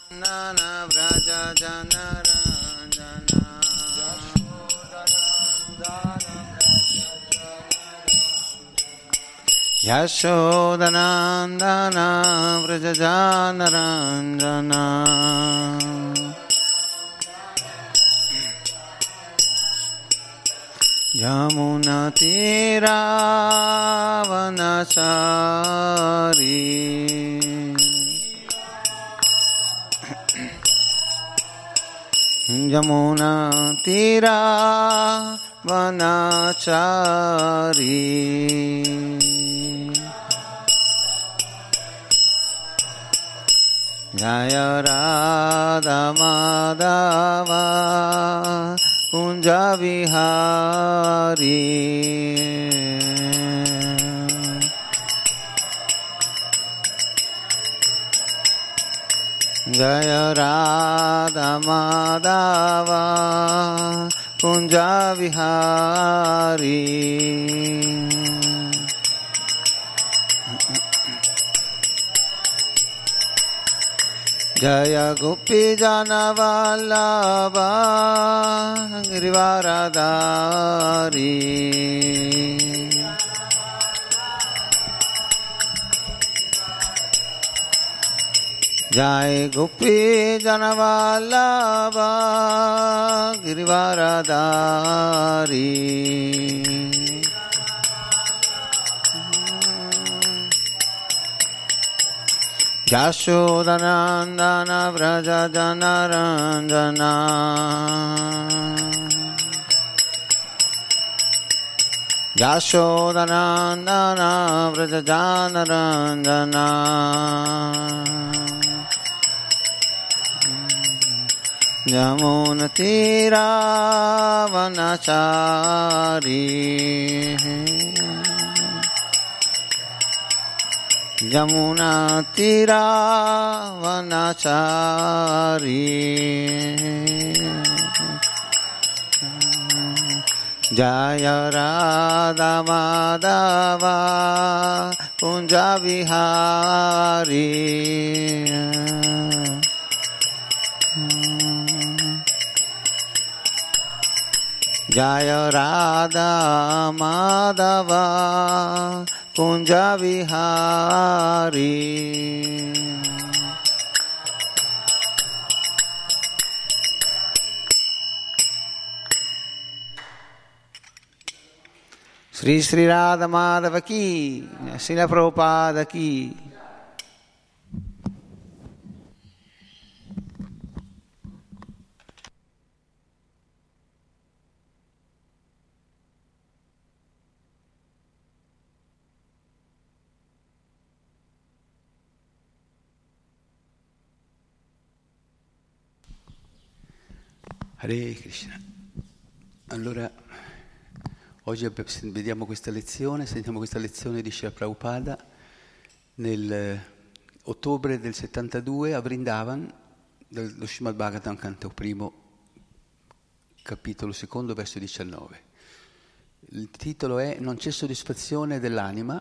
Nana Vraja Janaranjana Yashodanandana Vraja Janaranjana Yamuna Tira Vanachari Yamuna Tira Vanachari Jaya Radha Madhava Kunja Vihari Jaya Radha Madhava Kunja Vihari Jaya Gopi Jana Vallabha Girivaradari Jai Gopi Jana Vallabha Girivaradari Yashodanandana Vraja Janaranjana Yashodanandana Vraja Janaranjana Yamuna Tira Vanachari Yamuna Tira Vanachari Jaya Radha Madhava Kunja Vihari Jaya Radha Madhava Kunja Vihari Sri Sri Radha Madhava Ki Srila Prabhupada Ki Hare Krishna. Allora, oggi vediamo questa lezione, sentiamo questa lezione di Srila Prabhupada nel ottobre del 72 a Vrindavan, dello Srimad Bhagavatam, canto primo, capitolo secondo, verso 19. Il titolo è Non c'è soddisfazione dell'anima.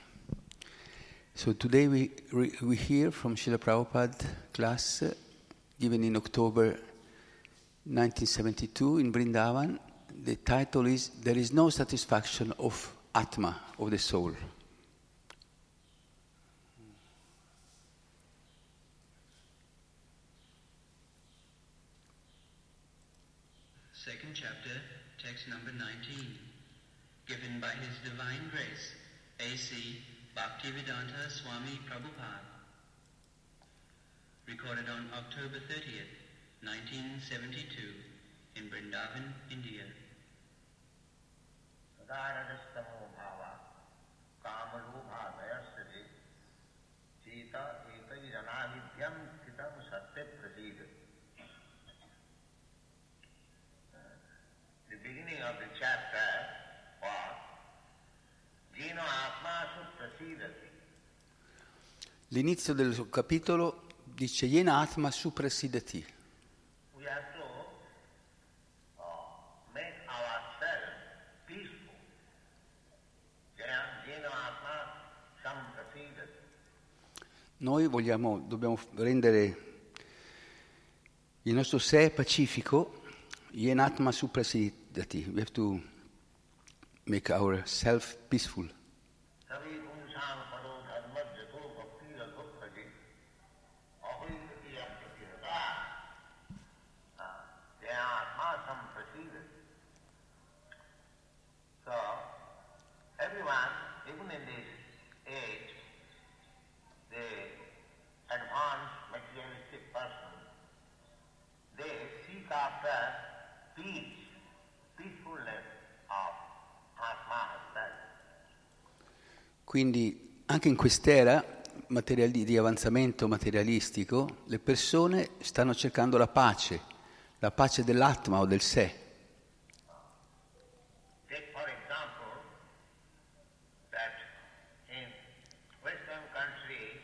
So today we hear from Srila Prabhupada class given in October 1972 in Vrindavan. The title is There is no satisfaction of Atma, of the soul. Second chapter, text number 19, given by His Divine Grace, A.C. Bhaktivedanta Swami Prabhupada, recorded on October 30th, 1972, in Vrindavan, India. Sadarastamo bhava kamalubha dayasri sita etai janavidyam kitam satya prasid. The beginning of the chapter was Jino Atmasu Prasidati. L'inizio del capitolo dice Yena Atma Suprasidati. We have to make ourselves peaceful. Jino Atma Samprasidati. Noi dobbiamo rendere Il nostro sé è pacifico, yenatma suprasidati. We have to make ourselves peaceful. Savi punsam paro dharma jato bhakti rato bhaji ahoyati apakirata jayatma samprasidati. So, everyone, even in this age, the advanced materialistic person, they seek after peace, peacefulness of Atma self. Quindi anche in quest'era di avanzamento materialistico, le persone stanno cercando la pace dell'atma o del sé. Take for example that in Western country,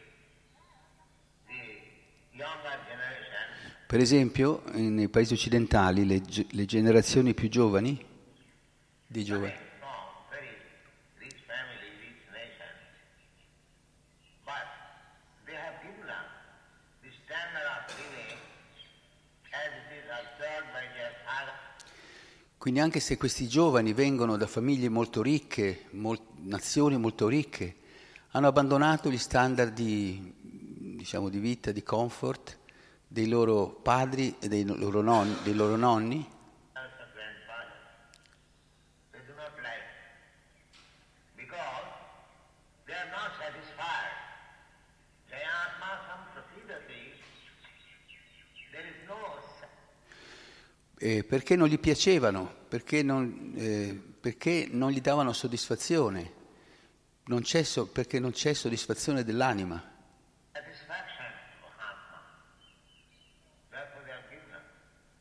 the younger generation, Per esempio, nei paesi occidentali, le generazioni più giovani, di giovani, from very rich family, rich nation, but they have given up the standard of living as it is observed by their father. quindi anche se questi giovani vengono da famiglie molto ricche, nazioni molto ricche, hanno abbandonato gli standard di vita, di comfort dei loro padri e dei loro nonni. Also grandfather. They do not like because they are not satisfied. Jayatma samprasidati. There is no Perché non gli piacevano, perché non gli davano soddisfazione, perché non c'è soddisfazione dell'anima. satisfaction of Atma. Therefore they are given up.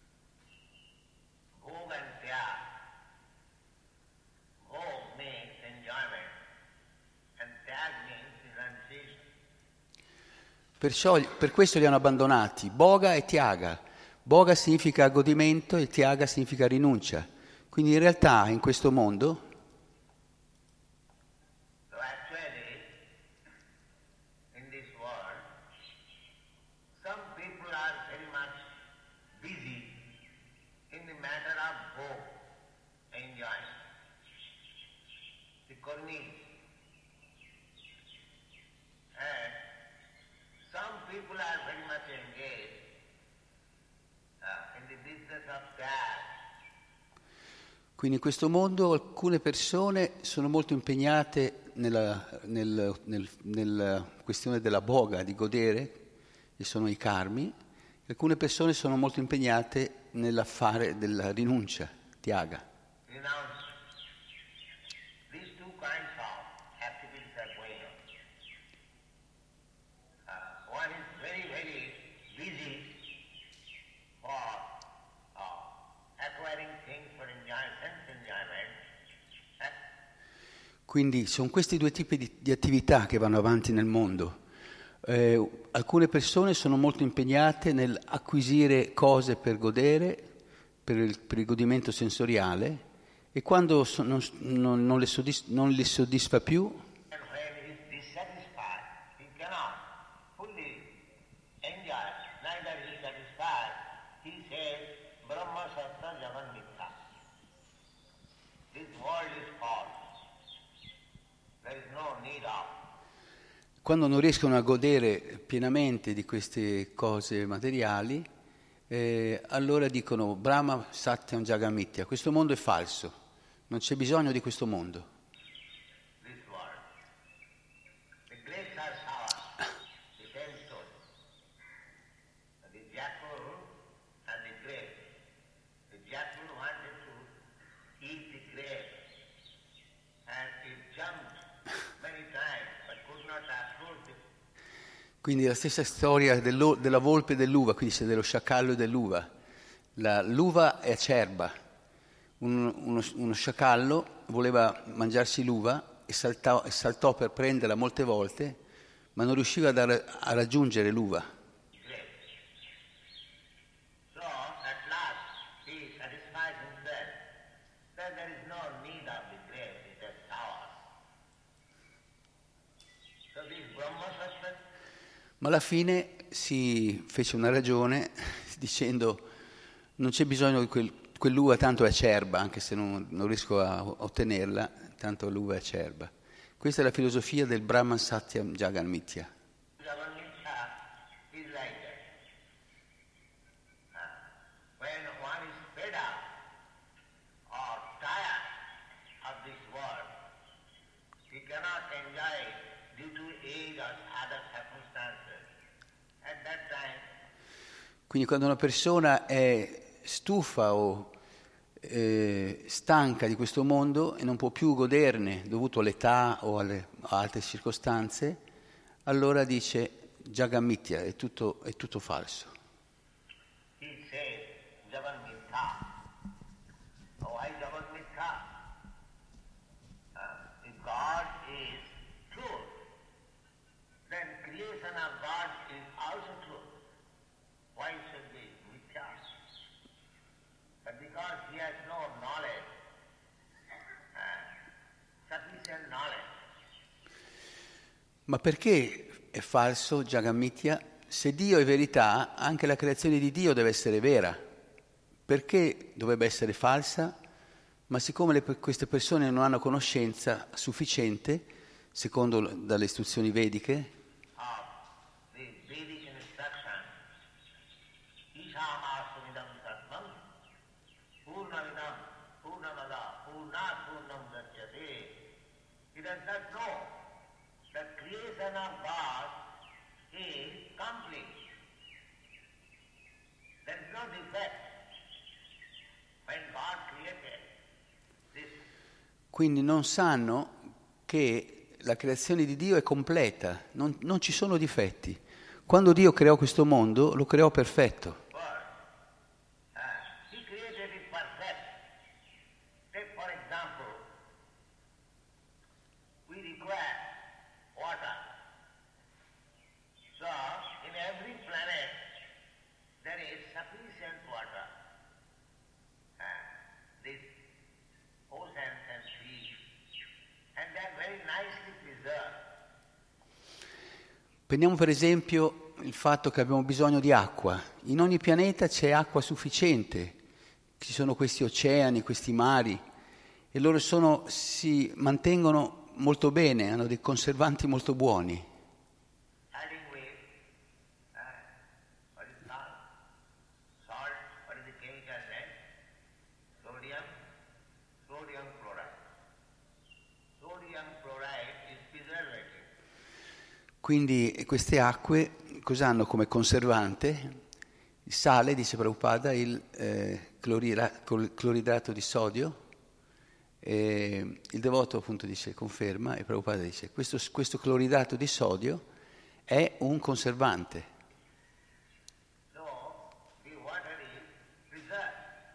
Bhog and tyag. Bhog means enjoyment and tyag means renunciation. Perciò per questo li hanno abbandonati, Boga e Tyaga. Boga significa godimento e Tyaga significa rinuncia. Quindi in realtà in questo mondo So actually, in this world, some people are very much busy in the matter of bhog, enjoyment. The karmis. And some people are very much engaged in the business of tyag. Quindi in questo mondo alcune persone sono molto impegnate nella questione della boga, di godere, che sono i karmi, e alcune persone sono molto impegnate nell'affare della rinuncia, tyaga. Renounce. These two kinds of activities are going on. One is very, very busy for acquiring things for enjoyment, sense enjoyment. Quindi sono questi due tipi di attività che vanno avanti nel mondo. Alcune persone sono molto impegnate nell'acquisire cose per godere, per il godimento sensoriale, e quando non le soddisfa più, And when he is dissatisfied, he cannot fully enjoy, neither he is satisfied. He says, Brahma Sattva Jagan Mithya. This world is false. There is no need of. quando non riescono a godere pienamente di queste cose materiali, allora dicono Brahma Satyam Jagamitya, questo mondo è falso, non c'è bisogno di questo mondo. This world. The grapes are sour. The same story. The jackal and the grape. The jackal wanted to eat the grape and it jumped many times but could not approach it. Quindi la stessa storia della volpe e dell'uva, qui dice dello sciacallo e dell'uva. L'uva è acerba. Uno sciacallo voleva mangiarsi l'uva e saltò per prenderla molte volte, ma non riusciva a raggiungere l'uva. So at last he satisfies himself that there is no need of the grape, it is sour. So this Brahma Sattva Ma alla fine si fece una ragione, dicendo non c'è bisogno di quell'uva, tanto è acerba, anche se non riesco a ottenerla, tanto l'uva è acerba. Questa è la filosofia del Brahman Satyam Jagan Mithya. Jagan Mithya is like that. When one is fed up or tired of this world, he cannot enjoy due to age or other circumstances. At that time, quindi quando una persona è stufa o stanca di questo mondo e non può più goderne dovuto all'età o a altre circostanze, allora dice Jagan Mithya, è tutto falso. he says, Jagan Mithya. Why Jagan Mithya? If God is truth, then creation of God is also truth. Why should be Mithya? But because he has no knowledge, sufficient knowledge, Ma perché è falso Jagan Mithya? Se Dio è verità, anche la creazione di Dio deve essere vera. Perché dovrebbe essere falsa? Ma siccome queste persone non hanno conoscenza sufficiente, secondo dalle istruzioni vediche, of the Vedic instruction, Ishamasumidam Satvam, Purnamidam, Purnamada, Purnat Purnam Dachyate. He does not know the creation of God is complete. There is no defect. When God created this, quindi non sanno che la creazione di Dio è completa, non ci sono difetti. Quando Dio creò questo mondo, lo creò perfetto. world, he created it perfect. Take for example, we require water. So, in every planet, there is sufficient water. These oceans and seas, and they are very nicely preserved. Prendiamo per esempio il fatto che abbiamo bisogno di acqua. In ogni pianeta c'è acqua sufficiente, ci sono questi oceani, questi mari, e loro si mantengono molto bene, hanno dei conservanti molto buoni. Adding with, what is salt? Salt, what is the chemical name? Sodium chloride. Sodium chloride is preservative. Quindi queste acque cosa hanno come conservante? Il sale, dice Prabhupada, il cloridrato di sodio. E il devoto appunto dice, conferma, e Prabhupada dice questo cloridrato di sodio è un conservante. So, the water is preserved,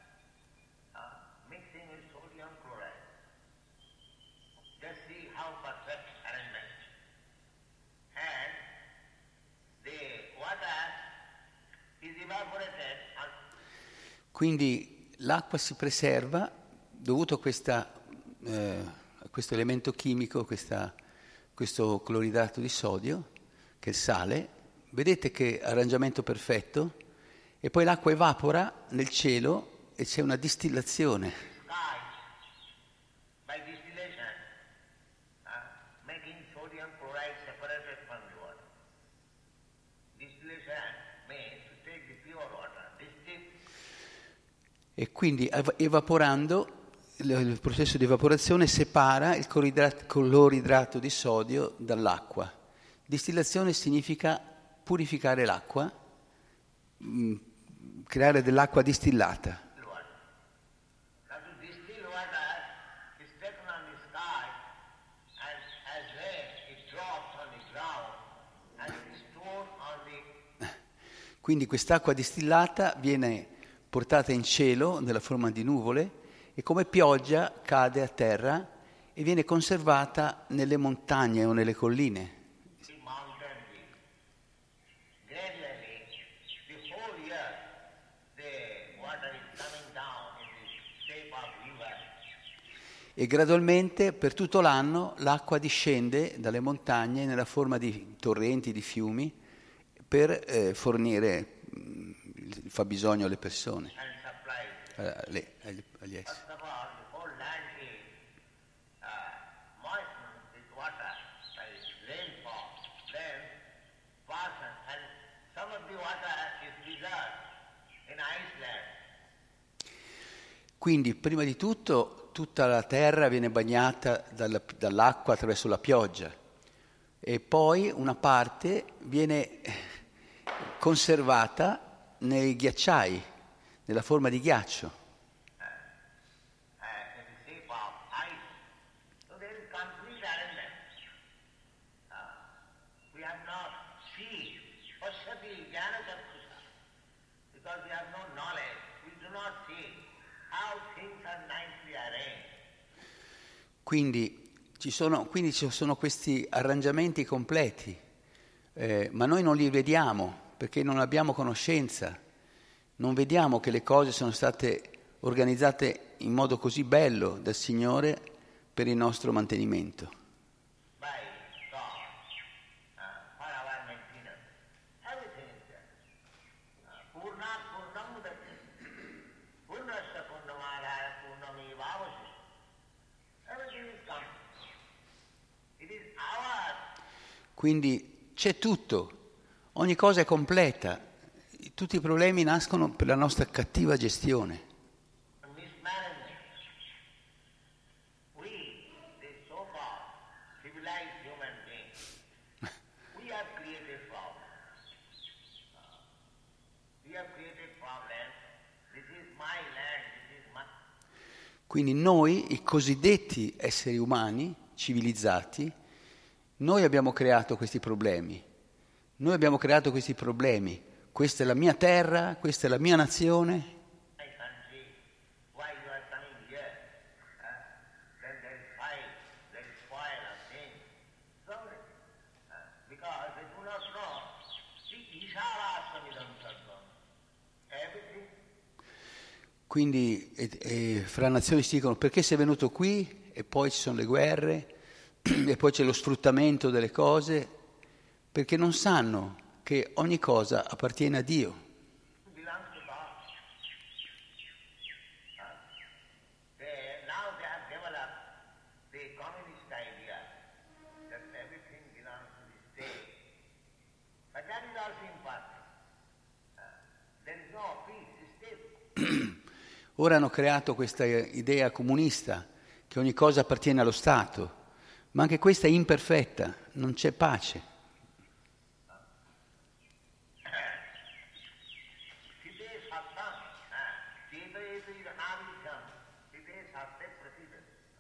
mixing with sodium chloride. Just see how perfect arrangement. And the water is evaporated on Quindi l'acqua si preserva dovuto a questo elemento chimico, questo cloridrato di sodio, che è il sale. Vedete che arrangiamento perfetto? E poi l'acqua evapora nel cielo e c'è una distillazione. sky by distillation, making sodium chloride separated from the water. Distillation means to take the pure water, distill. E quindi evaporando, il processo di evaporazione separa il cloridrato di sodio dall'acqua. Distillazione significa purificare l'acqua, creare dell'acqua distillata. The water. Now to distill water is taken on the sky and as rain it drops on the ground and it is stored on the Quindi quest'acqua distillata viene portata in cielo nella forma di nuvole e come pioggia cade a terra e viene conservata nelle montagne o nelle colline. mountain view. Gradually, the whole year, the water is coming down in the shape of river. E gradualmente per tutto l'anno l'acqua discende dalle montagne nella forma di torrenti, di fiumi, per fornire il fabbisogno alle persone, and supplies. agli esseri. First of all, the whole land is moistened with water by rainfall. Then passes, and some of the water is preserved in Iceland. Quindi, prima di tutto, tutta la terra viene bagnata dall'acqua attraverso la pioggia e poi una parte viene conservata nei ghiacciai, nella forma di ghiaccio. In the shape of ice. So there is complete arrangement. We have not seen Pashyati Jnana Chakshusa. Because we have no knowledge, we do not see how things are nicely arranged. Quindi ci sono questi arrangiamenti completi, ma noi non li vediamo perché non abbiamo conoscenza, non vediamo che le cose sono state organizzate in modo così bello dal Signore per il nostro mantenimento. By God, for our maintenance. Everything is there. Purnat Purnam Mudachyate. Purnasya Purnamadaya Purnamevavasishya. Everything is complete. It is our. Quindi c'è tutto, ogni cosa è completa, tutti i problemi nascono per la nostra cattiva gestione. Mismanagement. We, the so-called civilized human beings, we have created problems. We have created problems. This is my land, this is my... Quindi noi, i cosiddetti esseri umani, civilizzati, noi abbiamo creato questi problemi. Noi abbiamo creato questi problemi. Questa è la mia terra, questa è la mia nazione. My country, why you are coming here? Then there is fight, there is spoil of things. So, because they do not know the Isharastamidam Sarvam. Everything. Quindi fra nazioni si dicono perché sei venuto qui e poi ci sono le guerre e poi c'è lo sfruttamento delle cose, perché non sanno che ogni cosa appartiene a Dio. Belongs to God. Now they have developed the communist idea that everything belongs to the state. But that is also impossible. There is no peace, state. Ora hanno creato questa idea comunista che ogni cosa appartiene allo Stato, ma anche questa è imperfetta, non c'è pace. Site sattam, cetayati ranavisham, site satte prasida.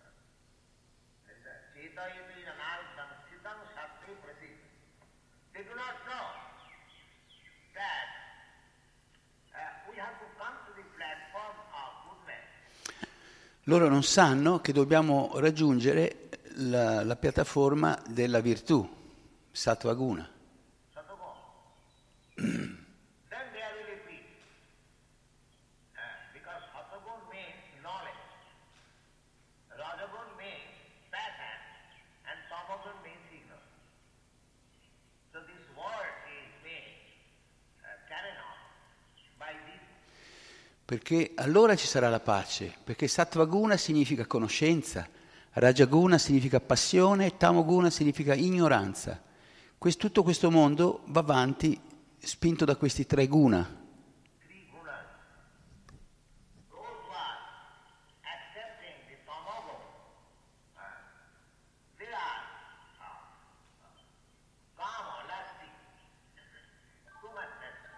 Cetayati ranavisham, sitam satte prasida. They do not know that we have to come to the platform of goodness. Loro non sanno che dobbiamo raggiungere la piattaforma della virtù, Sattva Guna. Sattva. Then there will be peace. Because Sattva means knowledge. Rajagun means passion. And Tamagun means ignorance. So this world is being carried on by this. Perché allora ci sarà la pace, perché Sattva Guna significa conoscenza, Rajaguna significa passione, Tamoguna significa ignoranza. Tutto questo mondo va avanti spinto da questi tre guna. Three gunas. Those who are accepting the Tamagun, they are kama, lusty, too much sense.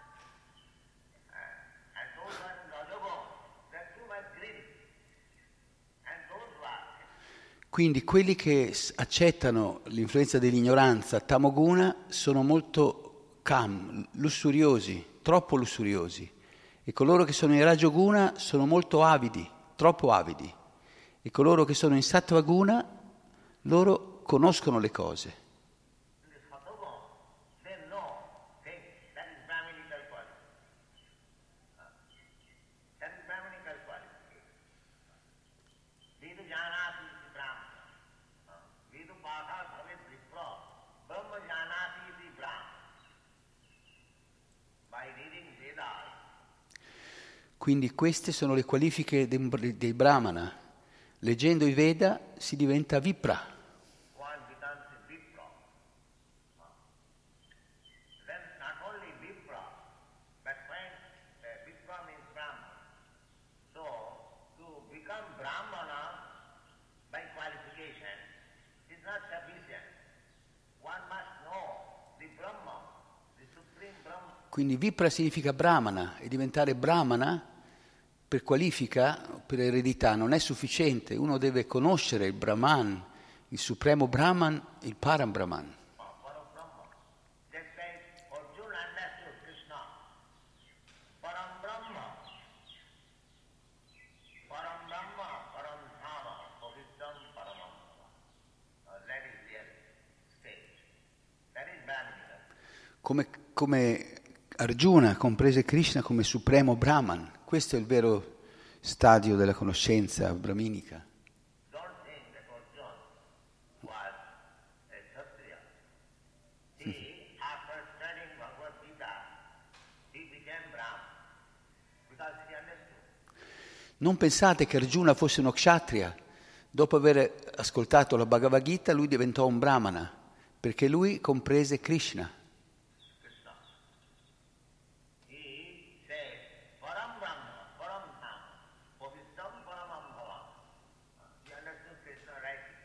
And those who are in Rajagun, they are too much greedy. And those who are Quindi quelli che accettano l'influenza dell'ignoranza, Tamoguna, sono molto lussuriosi, troppo lussuriosi. E coloro che sono in Rajoguna sono molto avidi, troppo avidi. E coloro che sono in Sattva Guna, loro conoscono le cose. in the Sattvagun, they know things. That is Brahminical quality. That is Brahminical quality. Vedu janati iti Brahmana. Vedu patha bhavet vipra. Brahma janati iti Brahmana. By reading Vedas, Quindi queste sono le qualifiche dei Brahmana. Leggendo i Veda si diventa Vipra. One becomes a Vipra. Then not only Vipra, but when Vipra means Brahman. So to become Brahmana by qualification is not sufficient. One must know the Brahma, the Supreme Brahma. Quindi Vipra significa Brahmana e diventare Brahmana per qualifica, per eredità, non è sufficiente. Uno deve conoscere il Brahman, il Supremo Brahman, il Param Brahman. Param Brahma. Just like Arjuna understood Krishna. Param Brahma. Param Brahma, Param Dhama, Pavitam Paramam. That is their state. That is Brahmana. Come Arjuna comprese Krishna come Supremo Brahman. Questo è il vero stadio della conoscenza brahminica. Don't think that Arjuna was a Kshatriya. He, after studying Bhagavad Gita, he became Brahman because he understood. Non pensate che Arjuna fosse uno kshatriya. Dopo aver ascoltato la Bhagavad Gita, lui diventò un brahmana, perché lui comprese Krishna. Krishna. He said, Param Brahma, Param Dham, Pavitam Paramam Bhavam. He understood Krishna rightly.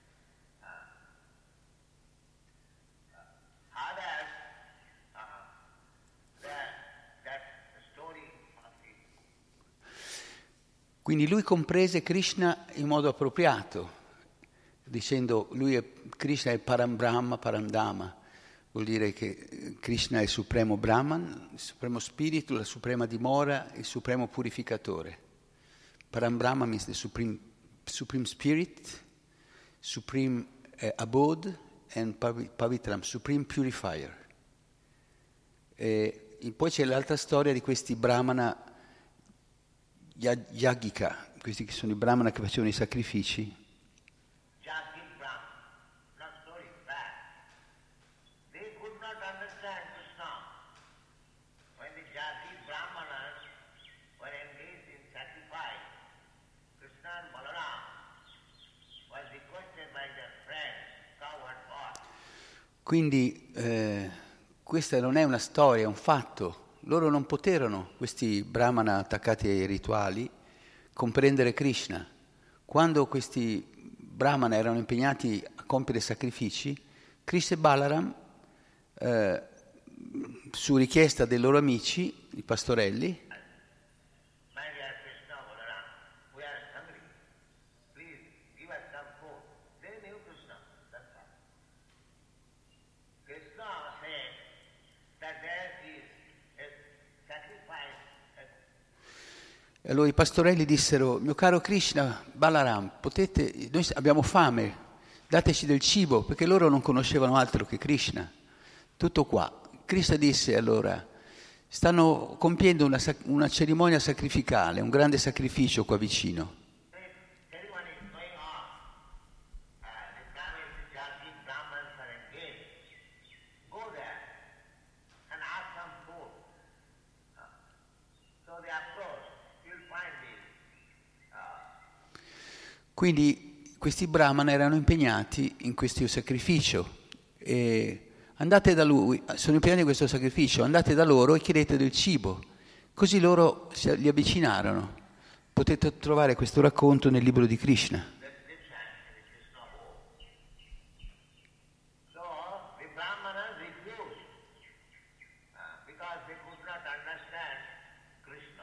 Others, that story of the Quindi lui comprese Krishna in modo appropriato, dicendo Krishna è Param Brahma, Param Dhamma. Vuol dire che Krishna è il supremo Brahman, il supremo spirito, la suprema dimora, il supremo purificatore. Param Brahma means the supreme spirit, supreme abode, and pavitram, supreme purifier. E poi c'è l'altra storia di questi Brahmana Yagika, questi che sono i Brahmana che facevano i sacrifici. Jati Brahman, not story, fact. They could not understand Krishna. When the Jati Brahmanas were engaged in sacrifice, Krishna and Balaram was requested by their friends, coward boy. Quindi questa non è una storia, è un fatto. Loro non poterono, questi Brahmana attaccati ai rituali, comprendere Krishna. Quando questi Brahmana erano impegnati a compiere sacrifici, Krishna e Balaram, su richiesta dei loro amici, i pastorelli, My dear Krishna, Balaram, we are hungry. Please give us some food. They knew Krishna. That's all. Krishna said that there is a sacrifice. e allora i pastorelli dissero: mio caro Krishna, Balaram, noi abbiamo fame, dateci del cibo, perché loro non conoscevano altro che Krishna. Tutto qua. Krishna disse allora: stanno compiendo una cerimonia sacrificale, un grande sacrificio qua vicino. Ceremony is going on. The Jati Brahmans are engaged. Go there and ask some food. So they approach. You'll find this. Quindi questi Brahmana erano impegnati in questo sacrificio e andate da lui, sono impegnati in questo sacrificio, andate da loro e chiedete del cibo. Così loro li avvicinarono. Potete trovare questo racconto nel libro di Krishna. So the Brahmanas refused because they could not understand Krishna.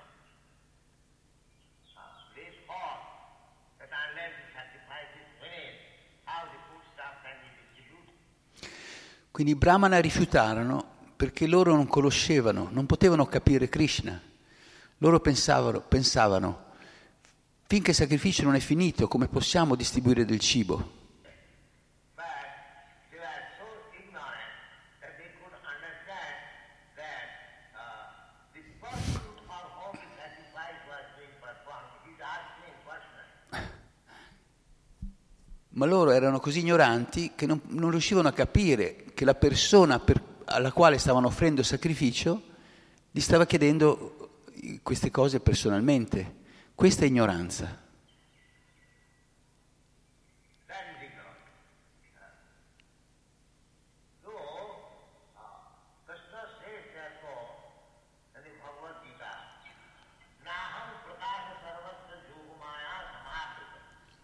They thought that unless the sacrifice is finished, how the food stuff can be distributed. Quindi i Brahmana rifiutarono perché loro non conoscevano, non potevano capire Krishna. Loro pensavano, finché il sacrificio non è finito, come possiamo distribuire del cibo? But they were so ignorant that they could understand that the person for whom the sacrifice was being performed is asking personally. Ma loro erano così ignoranti che non riuscivano a capire che la persona alla quale stavano offrendo il sacrificio gli stava chiedendo queste cose personalmente. Questa è ignoranza. That is ignorance. So, Krishna says therefore in the Bhagavad Gita, Naham prakasha sarvatra yogamaya samahrita.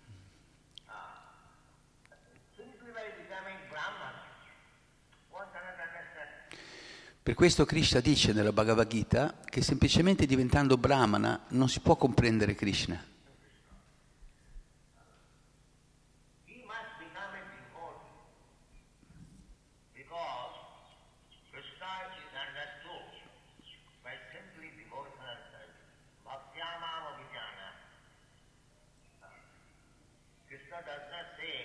Simply by becoming Brahman, one cannot understand. Per questo Krishna dice nella Bhagavad Gita che semplicemente diventando Brahmana non si può comprendere Krishna. He must become a devotee because Krishna is understood by simply devotional service. Bhaktyamam abhijnana. Krishna does not say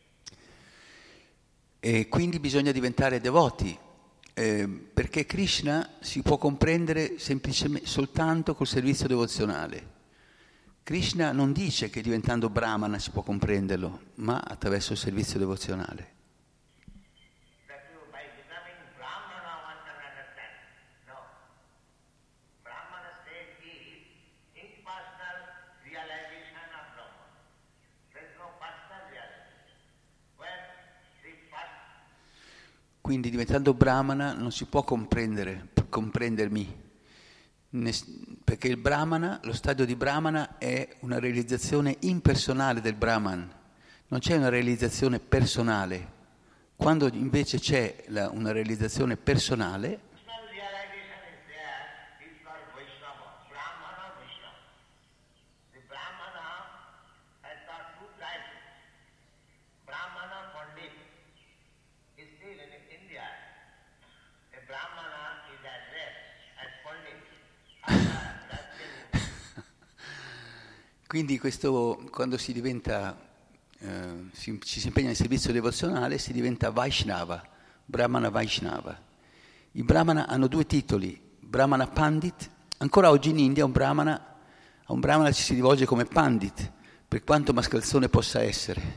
E quindi bisogna diventare devoti, perché Krishna si può comprendere semplicemente soltanto col servizio devozionale. Krishna non dice che diventando Brahmana si può comprenderlo, ma attraverso il servizio devozionale. that by becoming Brahmana one can understand. No. Brahmana state is impersonal realization of Brahman. There is no personal realization. When the first Quindi diventando Brahmana non si può comprendermi, perché il Brahmana, lo stadio di Brahmana è una realizzazione impersonale del Brahman, non c'è una realizzazione personale. Quando invece c'è una realizzazione personale, personal realization is there, is for Vaishnava, Brahmana, Vaishnava. The Brahmana has got two titles. Brahmana Pandit is still in India. A Brahmana is addressed as Pandit. quindi questo, quando si diventa, ci si impegna nel servizio devozionale, si diventa Vaishnava, Brahmana Vaishnava. I Brahmana hanno due titoli, Brahmana Pandit, ancora oggi in India a un Brahmana ci si rivolge come Pandit, per quanto mascalzone possa essere.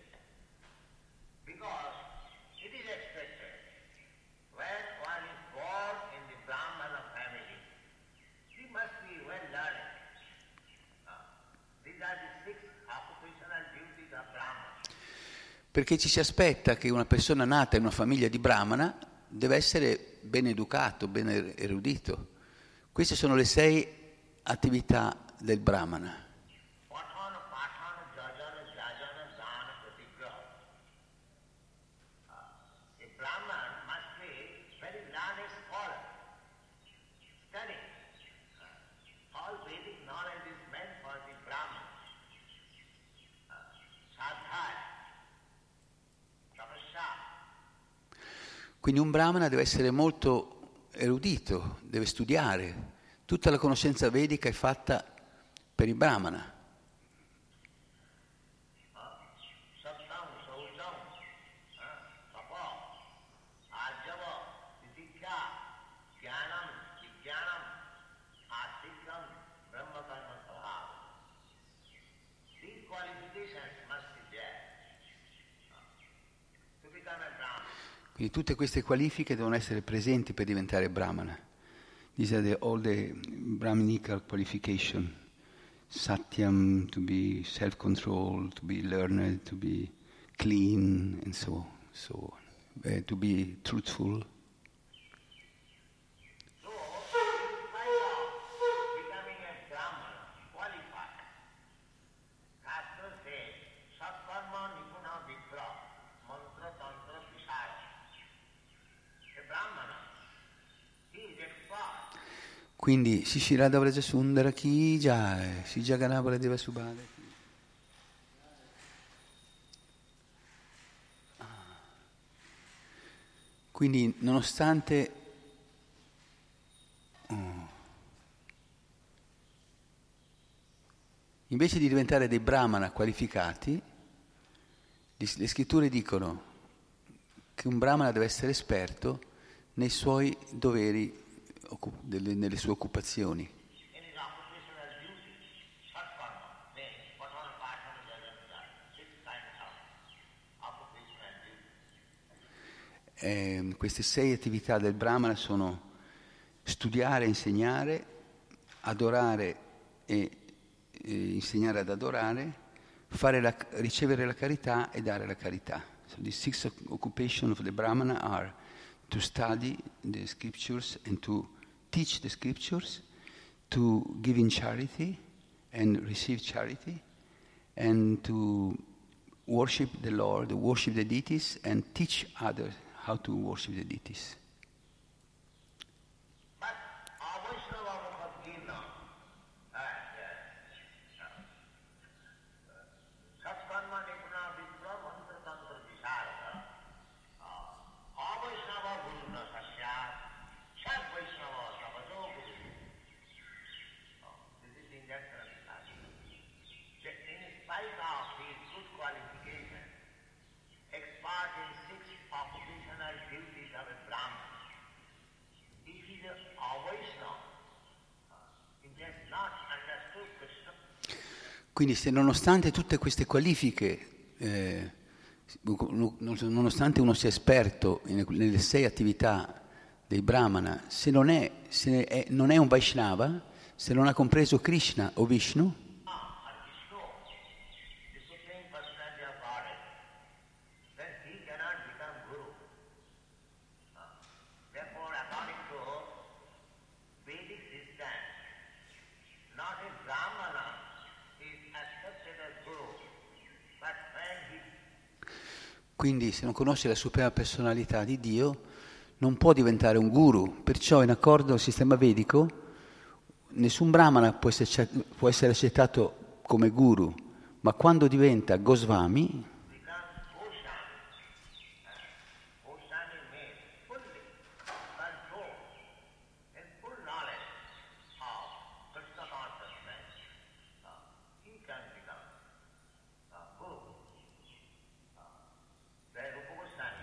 Because it is expected when one is born in the Brahmana family, he must be well learned. These are the 6 occupational duties of Brahmana. Perché ci si aspetta che una persona nata in una famiglia di Brahmana deve essere ben educato, ben erudito. Queste sono le 6 attività del Brahmana. Patana, jajana, jajana, dana, pratigraha. A Brahman must be very learned scholar, studying. All Vedic knowledge is meant for the Brahman. Sadhaya, tapasya. Quindi un Brahmana deve essere molto erudito, deve studiare. Tutta la conoscenza vedica è fatta per il Brahmana. Satyam, Saucham, Tapa, Arjava, Vitikya, Jnanam, Vijnanam, Astikam, Brahmakarma Svabhava. These qualifications must be there to become a Brahman. Quindi tutte queste qualifiche devono essere presenti per diventare Brahmana. These are all the Brahminical qualification. Satyam, to be self-controlled, to be learned, to be clean, and so on. To be truthful. So, in spite of becoming a Brahman, qualified, Shastra says, Satkarma Nipuna Vipra, Mantra Tantra Pisara. A Brahmana, he is expert. Quindi Shishirada Vraja Sundara Ki Jai, Shijaganabala Deva Subhada. Quindi nonostante invece di diventare dei Brahmana qualificati, le scritture dicono che un Brahmana deve essere esperto nei suoi doveri, nelle sue occupazioni. In his occupational duties, Satkarma means Patana, Patana, Jajana, 6 kinds of occupational duties. Queste 6 attività del Brahmana sono studiare, insegnare, adorare e insegnare ad adorare, ricevere la carità e dare la carità. So the 6 occupations of the Brahmana are to study the scriptures and to teach the scriptures, to give in charity and receive charity, and to worship the Lord, worship the deities, and teach others how to worship the deities. But Avaishnava Mukhabdina, Satkarma Nipuna Vipra Mantra Tantra Visarada, Avaishnava Guruna Sasya, Sat Vaishnava Sabado Guru. This is in that translation. In spite of his good qualification, expert in 6 occupational duties of a Brahman, if he is a Vaishnava, he has not understood Krishna. Quindi se nonostante tutte queste qualifiche, nonostante uno sia esperto nelle 6 attività dei Brahmana, se non è un Vaishnava, se non ha compreso Krishna o Vishnu, Vishnu, the Supreme Personality of Godhead, then he cannot become Guru. Therefore, according to Vedic system, not a Brahmana is accepted as Guru, but when he quindi se non conosce la suprema personalità di Dio, non può diventare un guru. Perciò in accordo al sistema vedico, nessun brahmana può essere accettato come guru, ma quando diventa Goswami, becomes Goswami, Goswami means fully control and full knowledge of Krishna consciousness, he can become Guru. Then Rupa Goswami.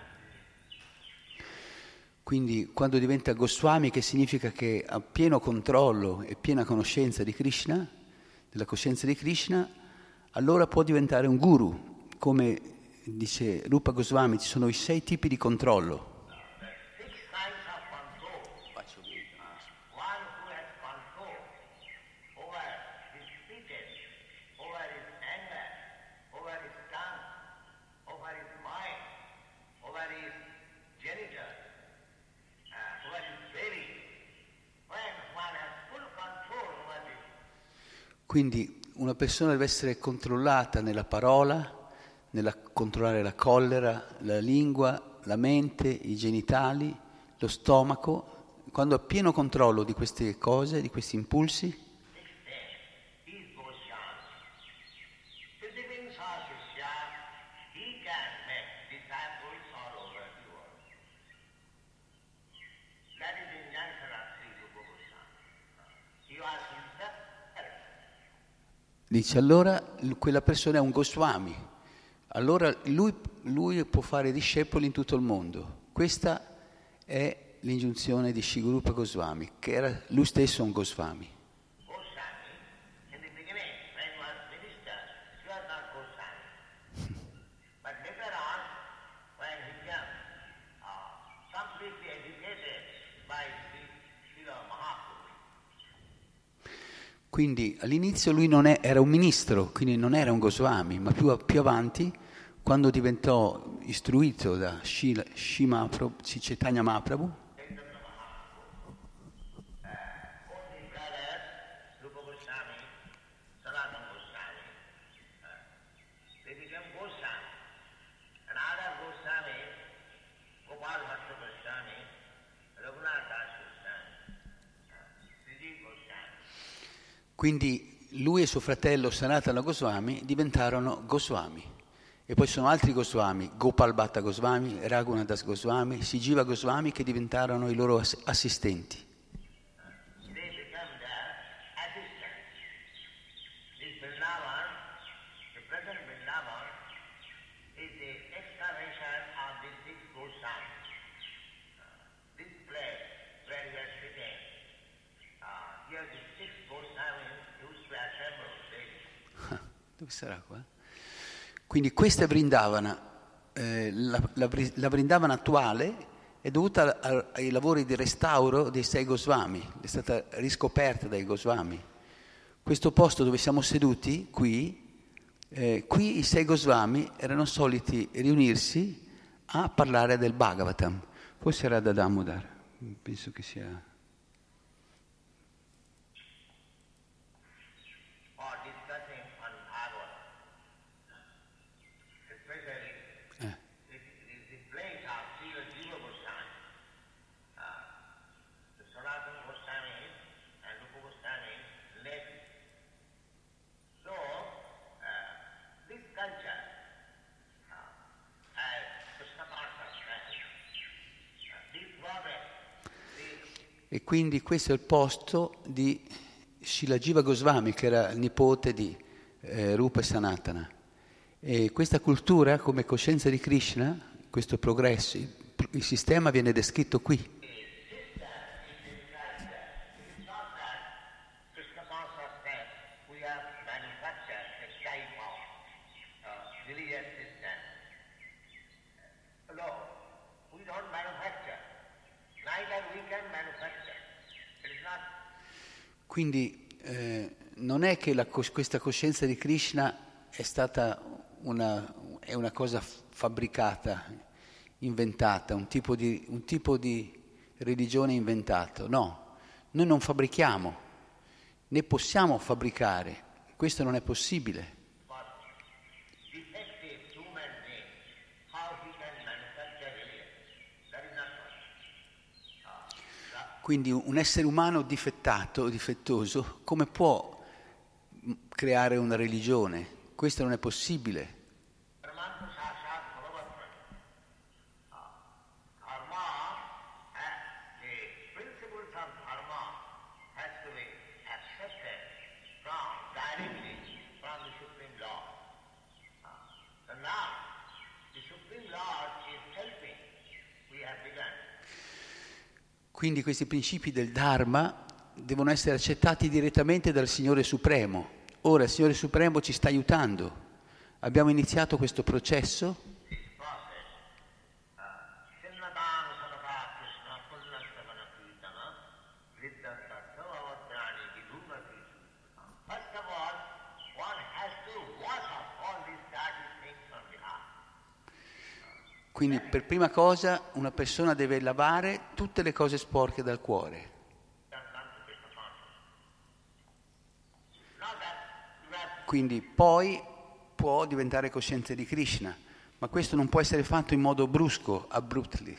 quindi quando diventa Goswami, che significa che ha pieno controllo e piena conoscenza di Krishna, della coscienza di Krishna, allora può diventare un guru. Come dice Rupa Goswami, ci sono i 6 tipi di controllo. 6 kinds of control. One who has control over his speeches, over his anger, over his tongue, over his mind, over his genitals, over his belly. When one has full control over this, Quindi una persona deve essere controllata nella parola, nella controllare la collera, la lingua, la mente, i genitali, lo stomaco. Quando ha pieno controllo di queste cose, di questi impulsi, is Goswami. Siddhivin Sahasya, he can make disciples all over the world. That is the injunction of Sri Rupa Goswami. He was himself. dice allora quella persona è un Goswami. Allora lui può fare discepoli in tutto il mondo. Questa è l'ingiunzione di Shri Rupa Goswami, che era lui stesso un Goswami. Goswami, in the beginning, when he was minister, he was not Goswami. But later on, when he became completely educated by Srila Mahaprabhu, Quindi all'inizio lui era un ministro, quindi non era un Goswami, ma più avanti, quando diventò istruito da Sri Chaitanya Mahaprabhu, both his brothers, Rupa Goswami, Sanatana Goswami, they became Goswami. Another Goswami, Gopal Bhatta Goswami, Raghunath Das Goswami, Sri Goswami. quindi lui e suo fratello Sanatana Goswami diventarono Goswami. E poi sono altri Goswami, Gopal Bhatta Goswami, Raghunath Das Goswami, Sijiva Goswami, che diventarono i loro assistenti. They become their assistants. This Vrindavan, the present Vrindavan, is the excavation of the 6 Goswamis. This place where we are sitting, here the 6 Goswamis used to assemble daily. Dove sarà qua? Quindi questa è Vrindavana, la Vrindavana attuale è dovuta ai lavori di restauro dei 6 Goswami, è stata riscoperta dai Goswami. Questo posto dove siamo seduti, qui i 6 Goswami erano soliti riunirsi a parlare del Bhagavatam. Forse era da Damodar, penso che sia... E quindi questo è il posto di Srila Jiva Goswami, che era il nipote di Rupa e Sanatana. E questa cultura, come coscienza di Krishna, questo progresso, il sistema viene descritto qui. Quindi non è che questa coscienza di Krishna è stata è una cosa fabbricata, inventata, un tipo di religione inventato. No, noi non fabbrichiamo, né possiamo fabbricare, questo non è possibile. Quindi un essere umano difettoso, come può creare una religione? Questo non è possibile. Quindi questi principi del Dharma devono essere accettati direttamente dal Signore Supremo. Ora il Signore Supremo ci sta aiutando. Abbiamo iniziato questo processo. Quindi per prima cosa una persona deve lavare tutte le cose sporche dal cuore. Quindi poi può diventare cosciente di Krishna, ma questo non può essere fatto in modo brusco, abruptly.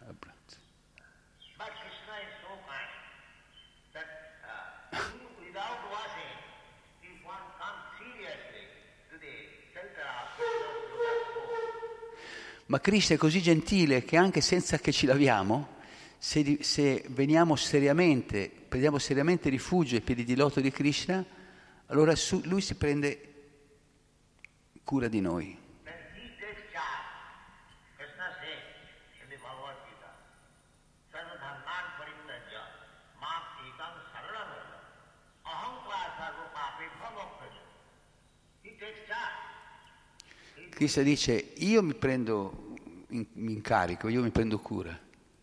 Ma Krishna è così gentile che anche senza che ci laviamo, se veniamo seriamente, prendiamo seriamente rifugio ai piedi di loto di Krishna, allora lui si prende cura di noi. Krishna dice, io mi prendo in carico, io mi prendo cura.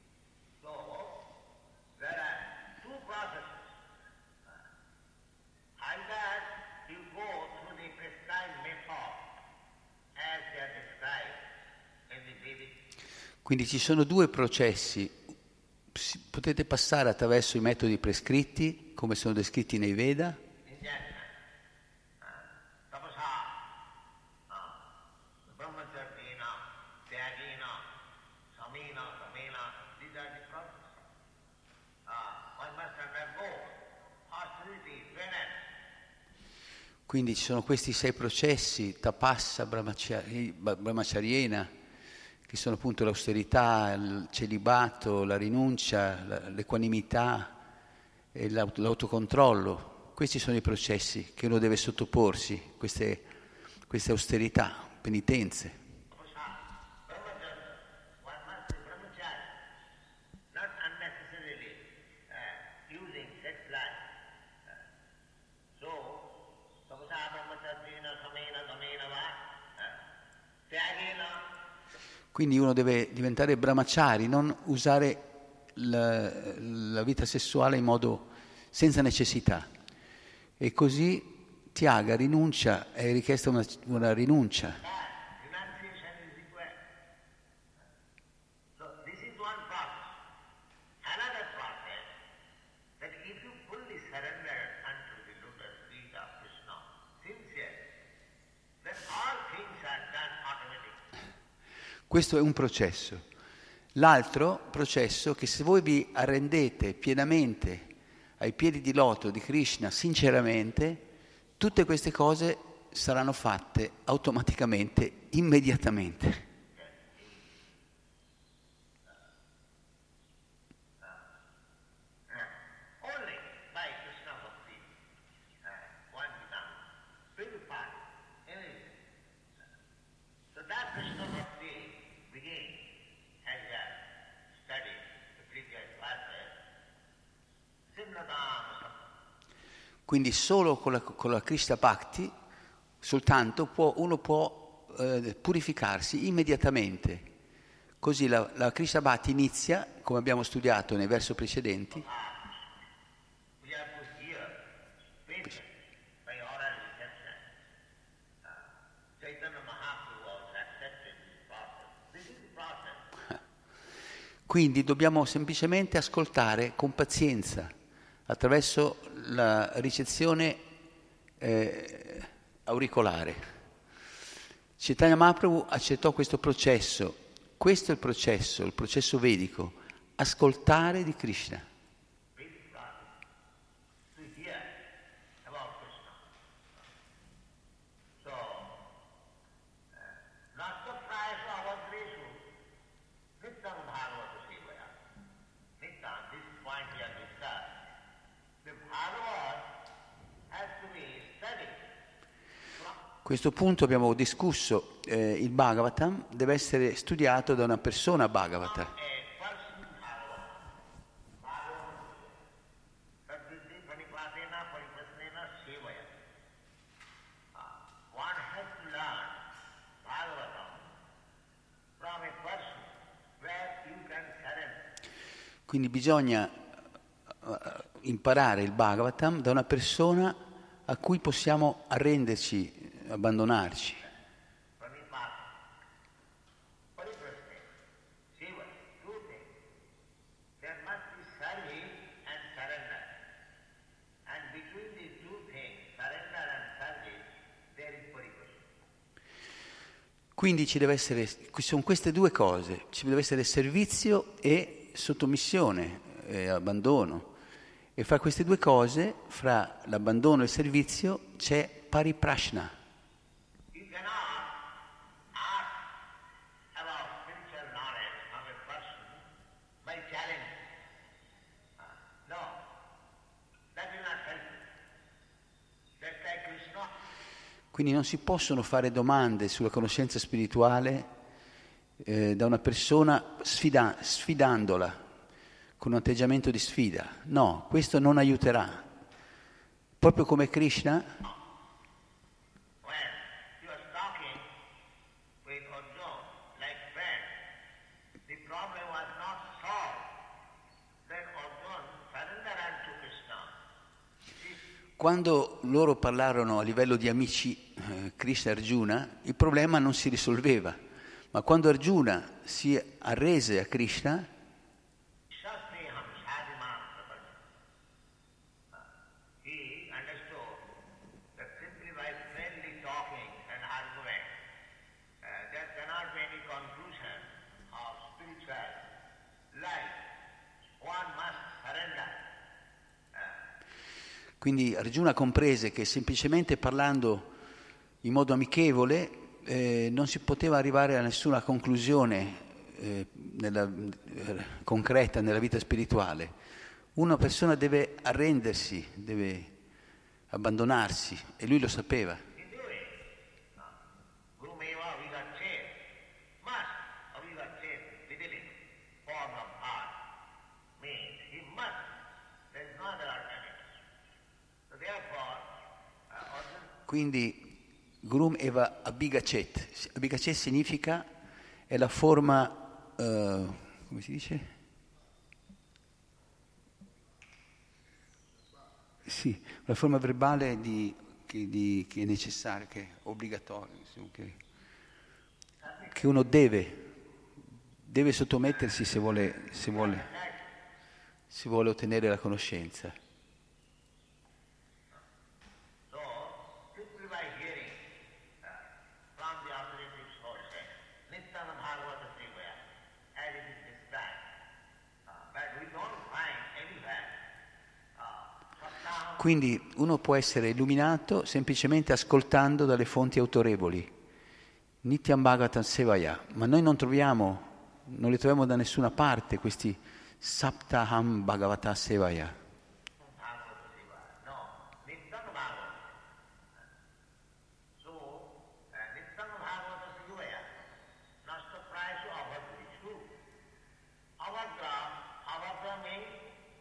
Quindi ci sono 2 processi, potete passare attraverso i metodi prescritti, come sono descritti nei Veda, quindi ci sono questi 6 processi, tapassa, brahmacharyena, che sono appunto l'austerità, il celibato, la rinuncia, l'equanimità e l'autocontrollo. Questi sono i processi che uno deve sottoporsi, queste austerità, penitenze. Quindi uno deve diventare brahmachari, non usare la vita sessuale in modo senza necessità. E così Tyaga, rinuncia, è richiesta una rinuncia. Renunciation is required. So this is one process. Another process, that if you fully surrender unto the lotus feet of Krishna, sincerely, then all things are done automatically. Questo è un processo. L'altro processo è che se voi vi arrendete pienamente ai piedi di loto di Krishna, sinceramente, tutte queste cose saranno fatte automaticamente, immediatamente. Only by Krishna Bhakti one becomes purified. So that Krishna Bhakti begins as we have studied the previous verses. Simradam. Quindi solo con la Krishna Bhakti, soltanto uno può purificarsi immediatamente. Così la Krishna Bhakti inizia, come abbiamo studiato nei versi precedenti, We have to hear patience by oral reception. Chaitanya Mahaprabhu also accepted this process. This is the process. quindi dobbiamo semplicemente ascoltare con pazienza, attraverso la ricezione auricolare. Chaitanya Mahaprabhu accettò questo processo. Questo è il processo vedico, ascoltare di Krishna. Basic process. To hear about Krishna. So, Nasta Prayasa Avadresu Nityam Bhagavata Sevaya. Nityam, this point we have discussed. The Bhagavat has to be studied. Questo punto abbiamo discusso, il Bhagavatam deve essere studiato da una persona Bhagavata. A person Bhagavat. Bhagavat. Tadviddhi Pranipatena Pariprasnena Sevaya. One has to learn Bhagavatam from a person where you can surrender. Quindi bisogna imparare il Bhagavatam da una persona a cui possiamo arrenderci, abbandonarci. Pranipatena. Pariprasnena. Sevaya. Two things. There must be service and surrender. And between these two things, surrender and service, there is pariprasnena. Quindi sono queste due cose, ci deve essere servizio e sottomissione e abbandono. E fra queste due cose, fra l'abbandono e il servizio, c'è pariprashna. You cannot ask about spiritual knowledge of a person by challenge. No, that will not help you. Just like Krishna. Quindi non si possono fare domande sulla conoscenza spirituale da una persona sfidandola, con un atteggiamento di sfida. No, questo non aiuterà. Proprio come Krishna, When he was talking with Arjuna like friend, the problem was not solved. Then Arjuna surrendered unto Krishna. quando loro parlarono a livello di amici, Krishna e Arjuna, il problema non si risolveva. Ma quando Arjuna si arrese a Krishna, Shasneham Sadhiman Prapanna. He understood that simply by friendly talking and arguing, there cannot be any conclusion of spiritual life. One must surrender. quindi Arjuna comprese che semplicemente parlando in modo amichevole non si poteva arrivare a nessuna conclusione concreta nella vita spirituale. Una persona deve arrendersi, deve abbandonarsi, e lui lo sapeva. He knew it. Gurumeva Avigachet. Must Avigachet within it. Form of heart. Means he must. There is no other alternative. So therefore, Arjuna Quindi Gurum Eva Abhigachet. Abhigachet significa è la forma, come si dice? Sì, la forma verbale che è necessaria, che è obbligatoria, insomma, che uno deve sottomettersi se vuole ottenere la conoscenza. So, simply by hearing from the authoritative sources, Nityam Bhagavata Sevaya, as it is described, but we don't find anywhere Sattvam. Quindi uno può essere illuminato semplicemente ascoltando dalle fonti autorevoli, Nityam Bhagavatam Sevaya, ma noi non li troviamo da nessuna parte questi Saptaham Bhagavata Sevaya. Bhagavata Sevaya. No, Nityam Bhagavata. So, Nityam Bhagavata Sevaya, Nasta Prayasu Avadrishu. Avadra means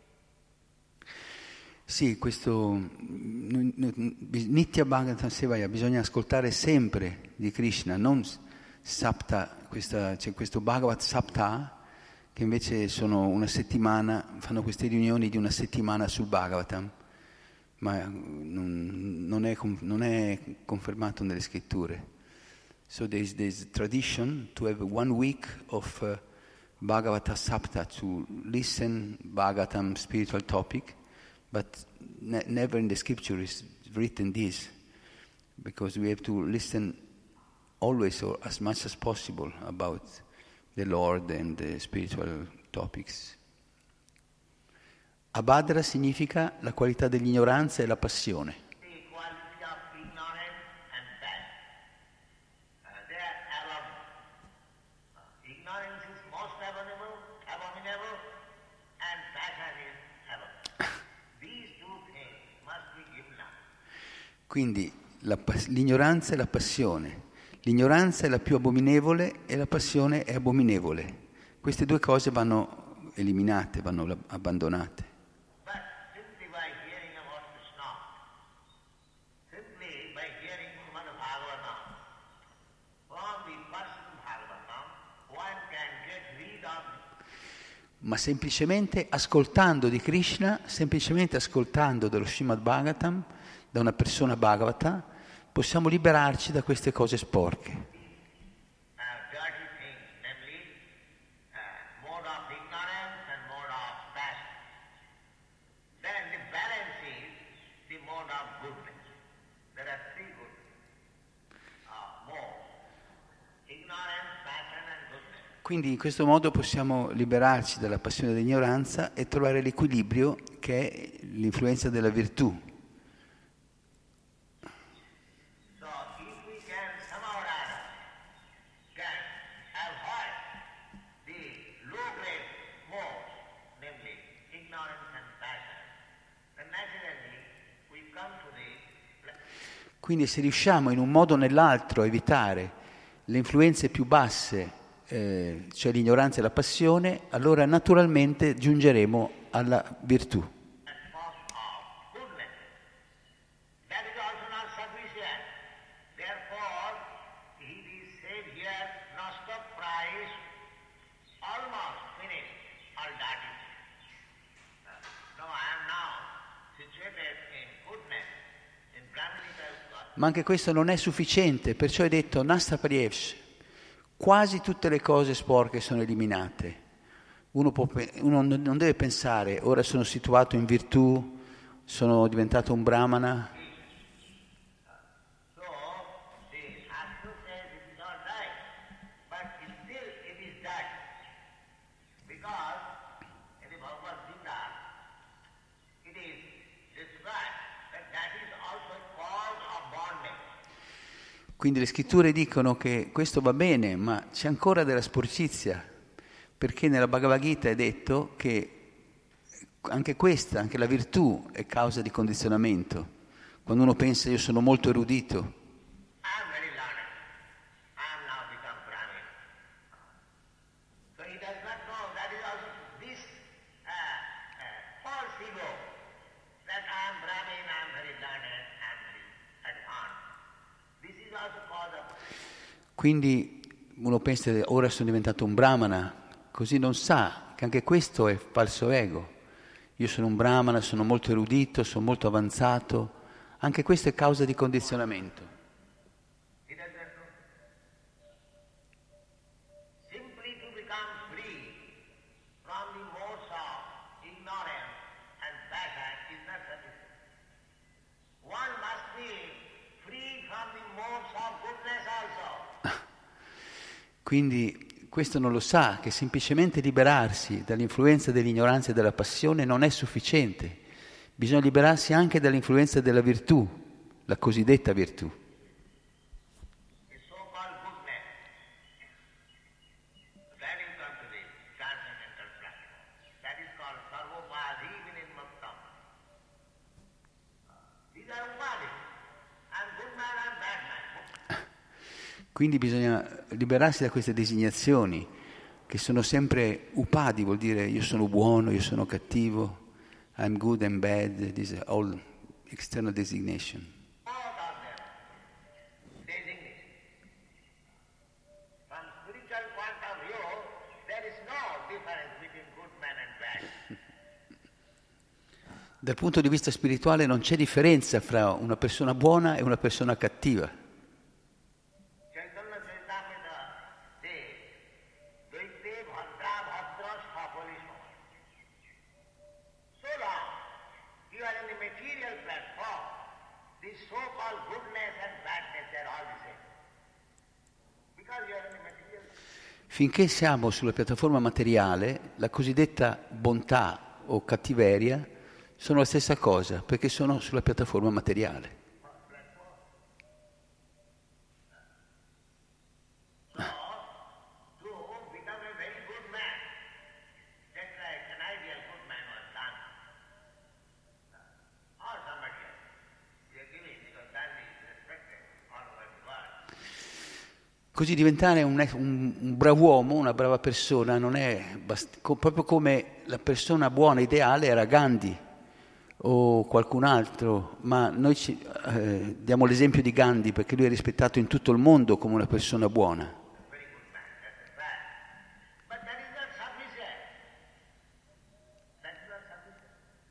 Sì, questo Nitya Bhagavatam Sevaya, bisogna ascoltare sempre di Krishna, non Sapta, c'è questo Bhagavat Sapta che invece sono una settimana, fanno queste riunioni di una settimana sul Bhagavatam, ma non è confermato nelle scritture. So there's tradition to have 1 week of Bhagavata Sapta to listen Bhagavatam spiritual topic, but never in the scripture is written this, because we have to listen always or as much as possible about the Lord and the spiritual topics. Abhadra significa la qualità dell'ignoranza e la passione. the quality of ignorance and passion. They are abominable. Ignorance is most abominable, and passion is abominable. These two things must be given up. Quindi l'ignoranza e la passione. L'ignoranza è la più abominevole e la passione è abominevole. Queste due cose vanno eliminate, vanno abbandonate. But simply by hearing about Krishna, simply by hearing Srimad Bhagavatam, from the personal Bhagavatam, one can get rid of Ma semplicemente ascoltando di Krishna, semplicemente ascoltando dello Srimad Bhagavatam, da una persona Bhagavata, possiamo liberarci da queste cose sporche. dirty things, namely mode of ignorance and mode of passion. Then the balance is the mode of goodness. There are three good modes: ignorance, passion, and goodness. Quindi in questo modo possiamo liberarci dalla passione dell'ignoranza e trovare l'equilibrio che è l'influenza della virtù. So if we can somehow or other can avoid the low-grade modes, namely ignorance and passion, then naturally we come to the Quindi se riusciamo in un modo o nell'altro a evitare le influenze più basse, cioè l'ignoranza e la passione, allora naturalmente giungeremo alla virtù. form of goodness. That is also not sufficient. Therefore, it is said here, Nasta price almost finished, all that is. Now I am now situated in goodness, in Brahminical God. Ma anche questo non è sufficiente, perciò è detto Nasta Pariyevsh, quasi tutte le cose sporche sono eliminate. Uno non deve pensare, ora sono situato in virtù, sono diventato un brahmana. So, the Shastra says it is all right, but still it is that. Because in the Bhagavad Gita, it is described that that is also a cause of bondage. Quindi le scritture dicono che questo va bene, ma c'è ancora della sporcizia, perché nella Bhagavad Gita è detto che anche questa, anche la virtù è causa di condizionamento. Quando uno pensa io sono molto erudito, I am very learned. I am now become Brahmin. So he does not know that is also this false ego that I am Brahmin, I am very learned, I am very advanced. This is also cause of quindi uno pensa ora sono diventato un brahmana, così non sa che anche questo è falso ego. Io sono un brahmana, sono molto erudito, sono molto avanzato, anche questo è causa di condizionamento. He does not know. Simply to become free from the modes of ignorance and passion is not sufficient. One must be free from the modes of goodness also. Quindi questo non lo sa, che semplicemente liberarsi dall'influenza dell'ignoranza e della passione non è sufficiente. Bisogna liberarsi anche dall'influenza della virtù, la cosiddetta virtù. The so-called goodness, that is come to the transcendental platform. That is called sarvopadi vinimuttam. These are upadi. I'm good man, I'm bad man. Quindi bisogna liberarsi da queste designazioni, che sono sempre upadi, vuol dire io sono buono, io sono cattivo, I'm good and bad, these are all external designation. Both of them designation. From spiritual point of view, there is no difference between good man and bad. Dal punto di vista spirituale non c'è differenza fra una persona buona e una persona cattiva. Chaitanya Charitamrita says, Dvaite bhadra bhadra sapoliso. So long you are in the material platform, the so-called goodness and badness, they are all the same. Because you are in the material platform. Finché siamo sulla piattaforma materiale, la cosiddetta bontà o cattiveria sono la stessa cosa, perché sono sulla piattaforma materiale. So, to become a very good man, just like an ideal good man was done, or somebody else, you are giving because Gandhi is respected all over the world. Così diventare un brav'uomo, una brava persona, non è proprio come la persona buona ideale era Gandhi o qualcun altro, ma noi diamo l'esempio di Gandhi perché lui è rispettato in tutto il mondo come una persona buona. Very good man, that's a fact. But that is not sufficient. That is not sufficient.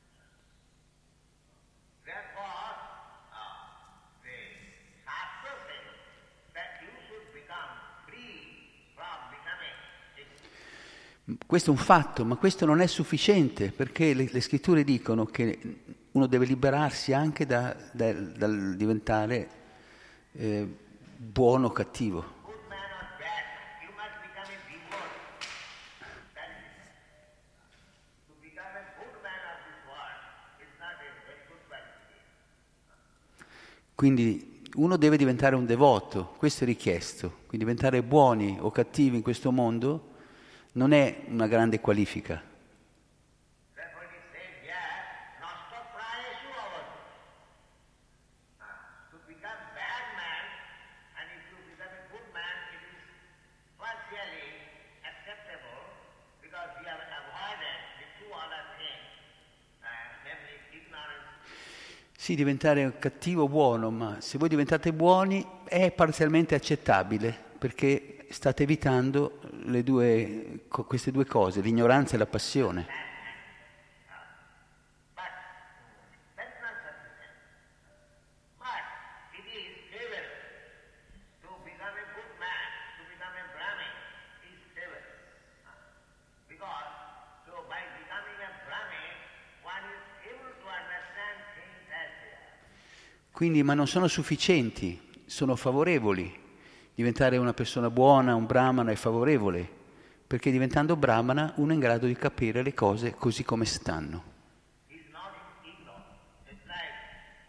Therefore, the Shastra says that you should become free from becoming a Questo è un fatto, ma questo non è sufficiente perché le scritture dicono che uno deve liberarsi anche dal diventare buono o cattivo. good man or bad man. You must become a devotee. That is it. To become a good man of this world is not a very good quality. Quindi uno deve diventare un devoto, questo è richiesto. Quindi diventare buoni o cattivi in questo mondo non è una grande qualifica. Therefore it is said here, nasta prayesu avadu. To become bad man, and if you become a good man, it is partially acceptable because we have avoided the two other things, namely ignorance. Sì, diventare cattivo o buono, ma se voi diventate buoni è parzialmente accettabile perché state evitando queste due cose, l'ignoranza e la passione. But that's not sufficient. But it is favorable to become a good man, to become a Brahmin is favorable. Because so by becoming a Brahmin, one is able to understand things as they are. Quindi, ma non sono sufficienti, sono favorevoli. Diventare una persona buona, un brahmana è favorevole, perché diventando brahmana uno è in grado di capire le cose così come stanno. He is not ignorant. It's like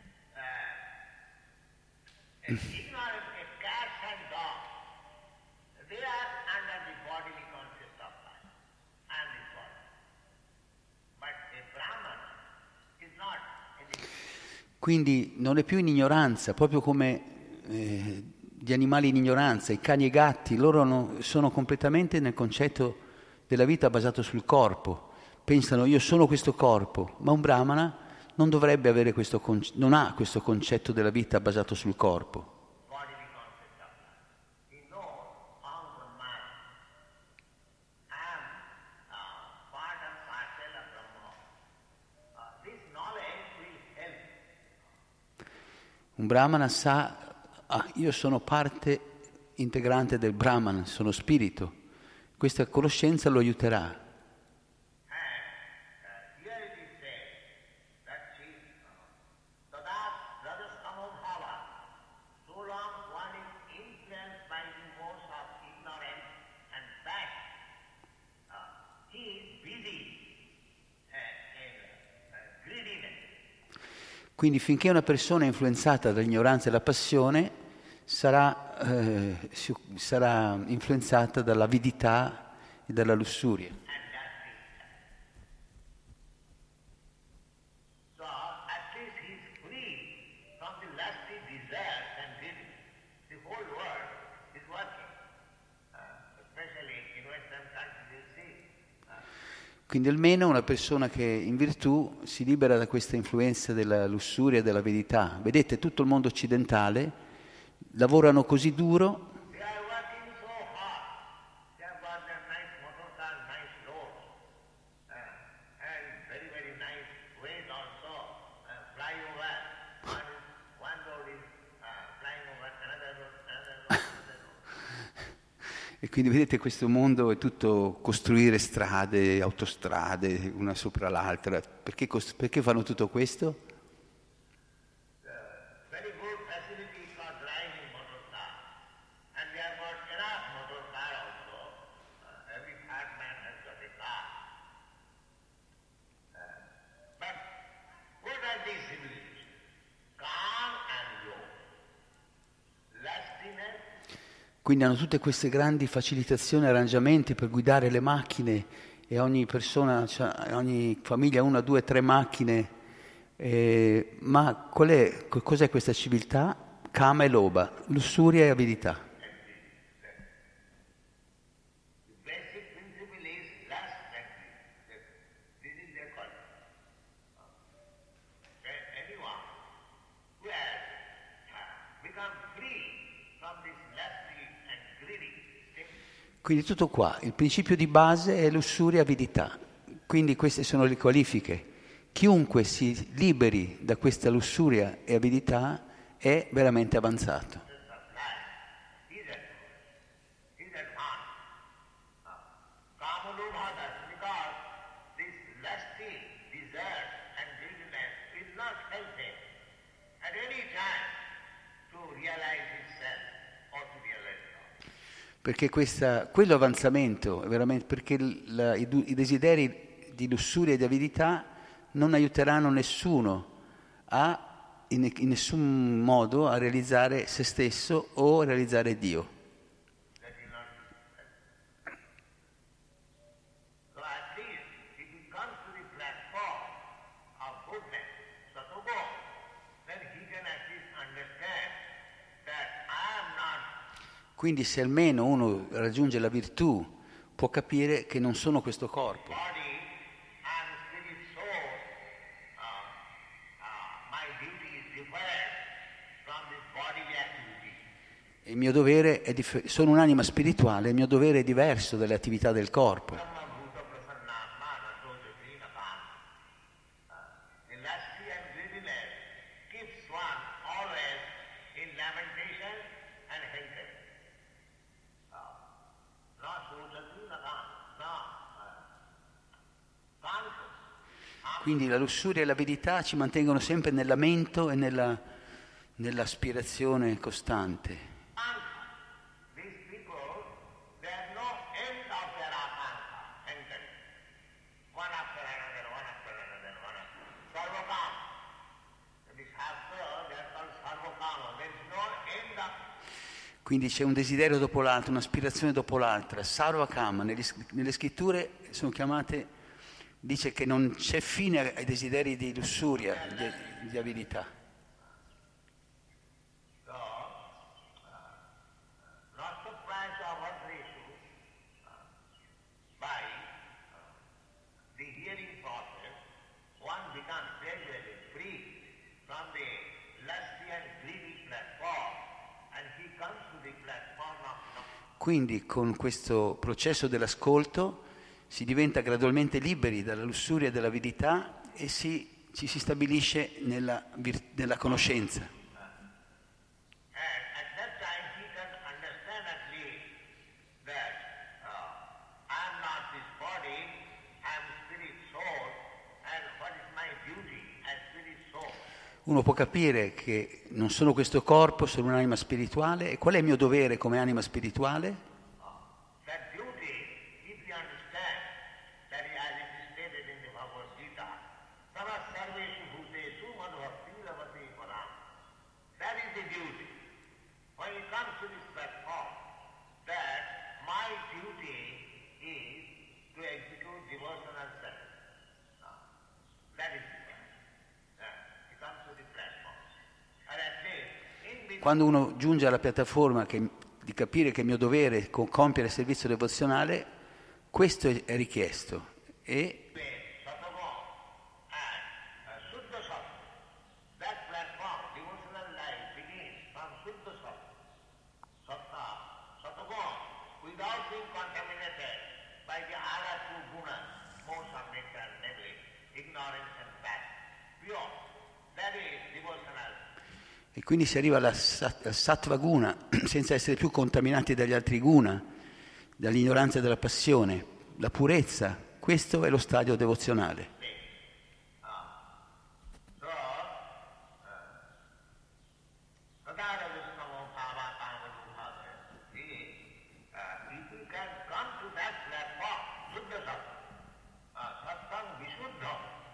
ignorant, a cat and dog. They are under the bodily conscious of life and this body. But a Brahman is not in the Quindi non è più in ignoranza, proprio come gli animali in ignoranza, i cani e i gatti, loro sono completamente nel concetto della vita basato sul corpo. Pensano io sono questo corpo, ma un brahmana non dovrebbe avere non ha questo concetto della vita basato sul corpo. bodily conscious of life. He knows how to Un Brahmana sa, io sono parte integrante del Brahman, sono spirito. Questa conoscenza lo aiuterà. Quindi finché una persona è influenzata dall'ignoranza e dalla passione, sarà influenzata dall'avidità e dalla lussuria. Quindi almeno una persona che in virtù si libera da questa influenza della lussuria e dell'avidità. Vedete, tutto il mondo occidentale lavorano così duro e quindi vedete questo mondo è tutto costruire strade, autostrade, una sopra l'altra. Perché fanno tutto questo? Quindi hanno tutte queste grandi facilitazioni e arrangiamenti per guidare le macchine e ogni persona, ogni famiglia ha 1, 2, 3 macchine. Ma cos'è questa civiltà? Kama e loba, lussuria e avidità. Quindi tutto qua, il principio di base è lussuria e avidità. Quindi queste sono le qualifiche. Chiunque si liberi da questa lussuria e avidità è veramente avanzato. Perché quello avanzamento è veramente perché i desideri di lussuria e di avidità non aiuteranno nessuno in nessun modo a realizzare se stesso o realizzare Dio. Quindi se almeno uno raggiunge la virtù, può capire che non sono questo corpo. Il mio dovere è sono un'anima spirituale, il mio dovere è diverso dalle attività del corpo. Quindi la lussuria e l'avidità ci mantengono sempre nel lamento e nell'aspirazione costante. Quindi c'è un desiderio dopo l'altro, un'aspirazione dopo l'altra. Sarva Kama, nelle scritture sono chiamate... Dice che non c'è fine ai desideri di lussuria, di avidità. Quindi con questo processo dell'ascolto si diventa gradualmente liberi dalla lussuria e dall'avidità e ci si stabilisce nella conoscenza. uno può capire che non sono questo corpo, sono un'anima spirituale. E qual è il mio dovere come anima spirituale? That duty, if you understand, that is as it is stated in the Bhagavad Gita, Tara Sarveshu Bhutesu Madhvakti Lavati Param. That is the duty. When it comes to this platform, that my duty is to execute devotional service. That is the point. It comes to the platform. And at least in between, Quando uno giunge alla piattaforma di capire che è mio dovere compiere il servizio devozionale, questo è richiesto. E Satava and Suddha Sattva. That platform, devotional life begins from Suddha Sattva. Satava, without being contaminated by the other two gunas, force of nature, namely ignorance and passion. Pure. That is devotional. E quindi si arriva al sattva guna, senza essere più contaminati dagli altri guna, dall'ignoranza e dalla passione, la purezza. Questo è lo stadio devozionale. So, Sadara Vishnava Bhava Kamadubhava is, if you can come to that platform, Suddha Sattva, Sattang Visuddha,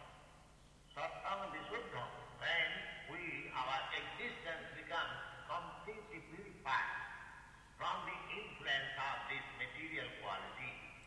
when our existence becomes completely purified from the influence of this material quality.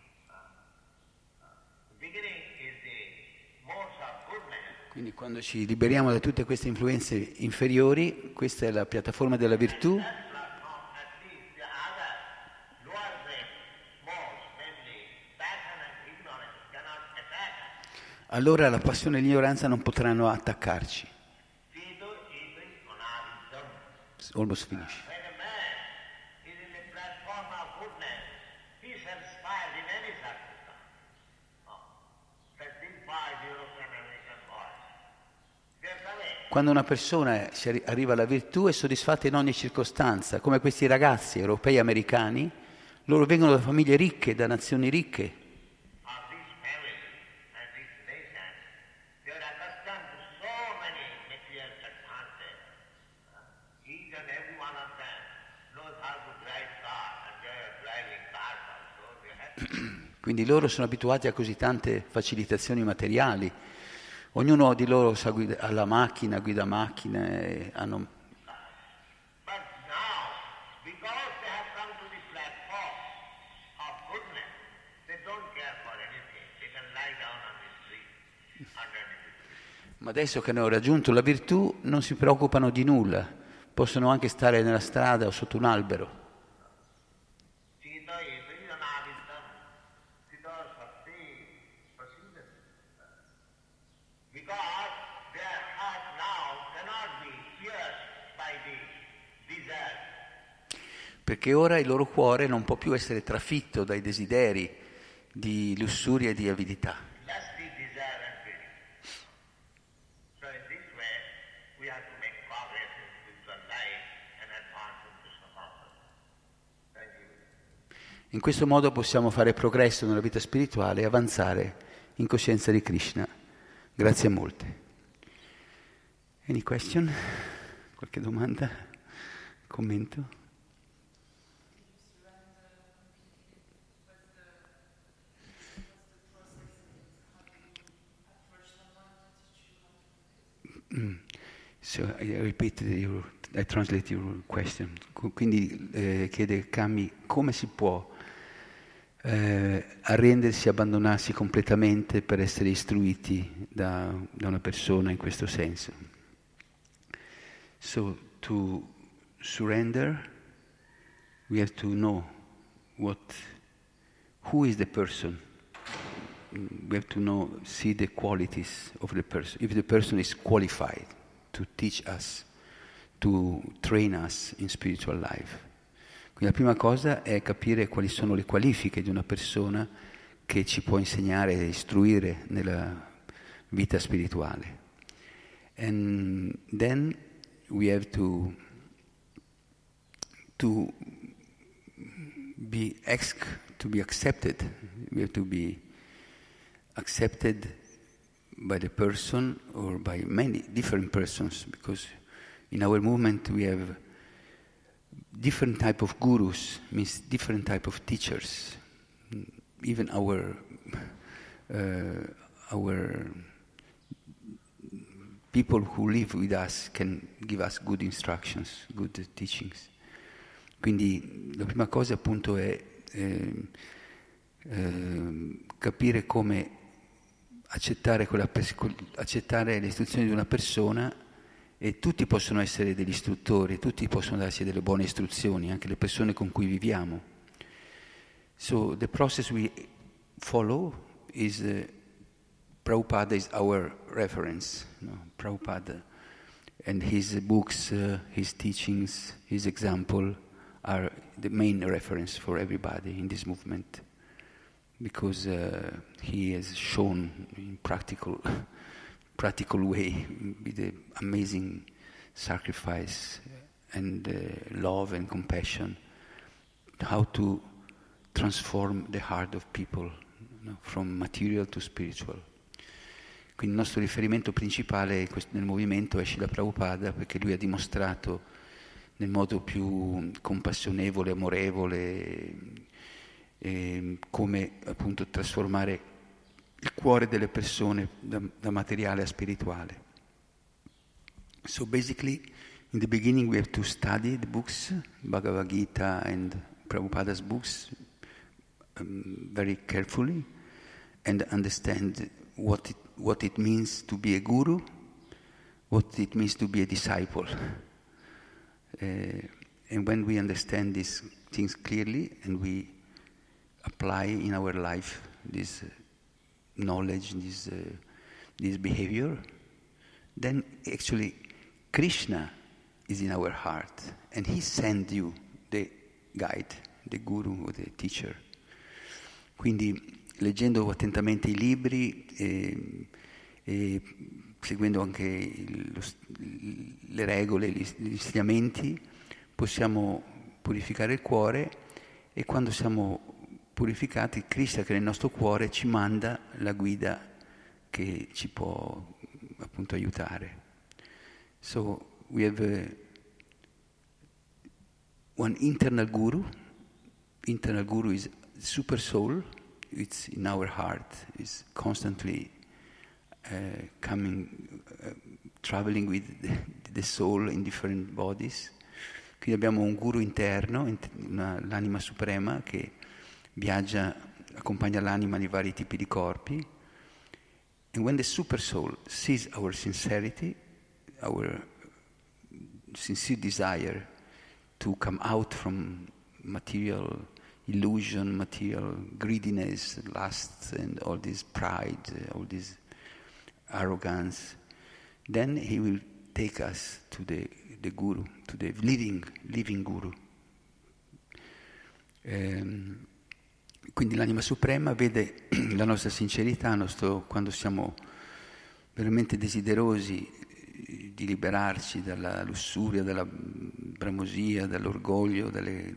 The beginning is the modes of goodness. Quindi quando ci liberiamo da tutte queste influenze inferiori, questa è la piattaforma della virtù. That platform, at least the other lower grade modes, namely passion and ignorance, cannot attack us. Allora la passione e l'ignoranza non potranno attaccarci. Vedo iti anavittam. Almost finished. When a man is in the platform of goodness, he is satisfied in any circumstance. That these five European American boys, they are correct. Quando una persona arriva alla virtù è soddisfatta in ogni circostanza, come questi ragazzi europei americani, loro vengono da famiglie ricche, da nazioni ricche. Of this family and this nation, they are accustomed to so many material advantages. Each and every one of them knows how to drive car, and they are driving cars also. They have Quindi loro sono abituati a così tante facilitazioni materiali. Ognuno di loro sa alla macchina, guida macchine, hanno... But now, because they have come to the platform of goodness, they don't care for anything. They can lie down on the street, underneath the tree. Ma adesso che hanno raggiunto la virtù non si preoccupano di nulla, possono anche stare nella strada o sotto un albero. Sita eti anavittam, sita sakti prasidhati. Because their heart now cannot be pierced by the desire. Perché ora il loro cuore non può più essere trafitto dai desideri di lussuria e di avidità. Lusty desire and greed. So in this way, we have to make progress in spiritual life and advance in Krishna consciousness. Thank you. In questo modo possiamo fare progresso nella vita spirituale e avanzare in coscienza di Krishna. Grazie molte. Any question? Qualche domanda? Commento? So I translate your question. Quindi chiede Kami come si può arrendersi, abbandonarsi completamente per essere istruiti da una persona in questo senso. So to surrender, we have to know who is the person. We have to see the qualities of the person. If the person is qualified to teach us, to train us in spiritual life. Quindi la prima cosa è capire quali sono le qualifiche di una persona che ci può insegnare e istruire nella vita spirituale. And then we have to be accepted. We have to be accepted by the person or by many different persons, because in our movement we have different type of gurus, means different type of teachers. Even our people who live with us can give us good instructions, good teachings. Quindi la prima cosa appunto è capire come accettare le istruzioni di una persona, e tutti possono essere degli istruttori, tutti possono darsi delle buone istruzioni, anche le persone con cui viviamo. So the process we follow is Prabhupada is our reference. Prabhupada and his books, his teachings, his example are the main reference for everybody in this movement, because he has shown in practical way, with the amazing sacrifice and love and compassion, how to transform the heart of people, from material to spiritual. Quindi il nostro riferimento principale nel movimento è Srila Prabhupada, perché lui ha dimostrato nel modo più compassionevole, amorevole, come appunto trasformare il cuore delle persone da materiale a spirituale. So basically, in the beginning we have to study the books, Bhagavad Gita and Prabhupada's books, very carefully, and understand what it means to be a guru, what it means to be a disciple. And when we understand these things clearly and we apply in our life this knowledge, this behavior, then actually Krishna is in our heart, and he sent you the guide, the guru or the teacher. Quindi leggendo attentamente i libri e seguendo anche le regole, gli insegnamenti, possiamo purificare il cuore, e quando siamo purificati, Krishna che è nel nostro cuore ci manda la guida che ci può appunto aiutare. So we have one internal guru. Internal guru is super soul. It's in our heart. It's constantly traveling with the soul in different bodies. Quindi abbiamo un guru interno, l'anima suprema che viaggia, accompagna l'anima nei vari tipi di corpi. And when the super soul sees our sincerity, our sincere desire to come out from material illusion, material greediness, lust, and all this pride, all this arrogance, then he will take us to the guru, to the living guru. Quindi l'anima suprema vede la nostra sincerità, quando siamo veramente desiderosi di liberarci dalla lussuria, dalla bramosia, dall'orgoglio,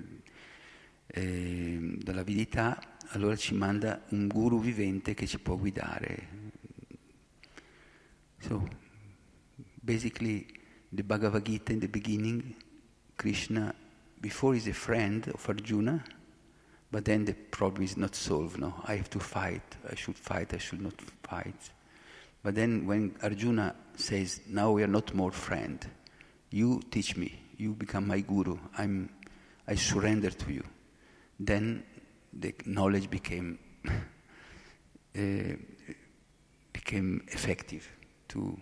dall'avidità, allora ci manda un guru vivente che ci può guidare. So, basically, the Bhagavad Gita in the beginning, Krishna, before is a friend of Arjuna, but then the problem is not solved. No, I have to fight. I should not fight. But then when Arjuna says, now we are not more friend, you teach me, you become my guru, I surrender to you. Then the knowledge became effective to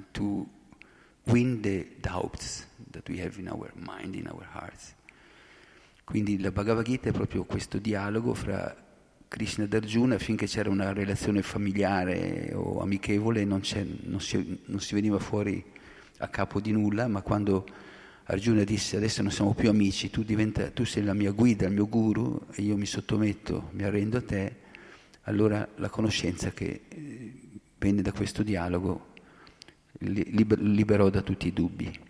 win the doubts that we have in our mind, in our hearts. Quindi la Bhagavad Gita è proprio questo dialogo fra Krishna ed Arjuna. Finché c'era una relazione familiare o amichevole non si veniva fuori a capo di nulla, ma quando Arjuna disse adesso non siamo più amici, tu sei la mia guida, il mio guru, e io mi sottometto, mi arrendo a te, allora la conoscenza che venne da questo dialogo liberò da tutti i dubbi.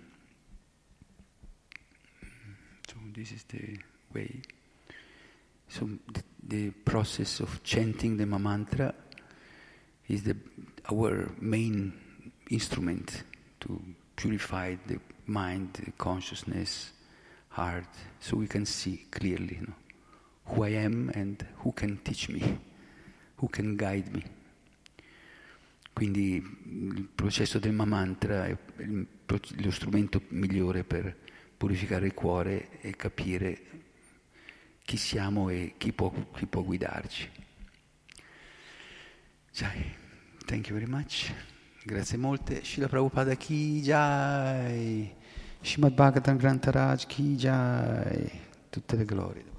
So this is the way. So the process of chanting the Mahamantra is our main instrument to purify the mind, the consciousness, heart, so we can see clearly, you know, who I am and who can teach me, who can guide me. Quindi il processo del Mahamantra è lo strumento migliore per purificare il cuore e capire chi siamo e chi può guidarci. Jai, thank you very much. Grazie molte. Srila Prabhupada Ki Jai. Srimad Bhagavatam Grantaraj Ki Jai. Tutte le glorie.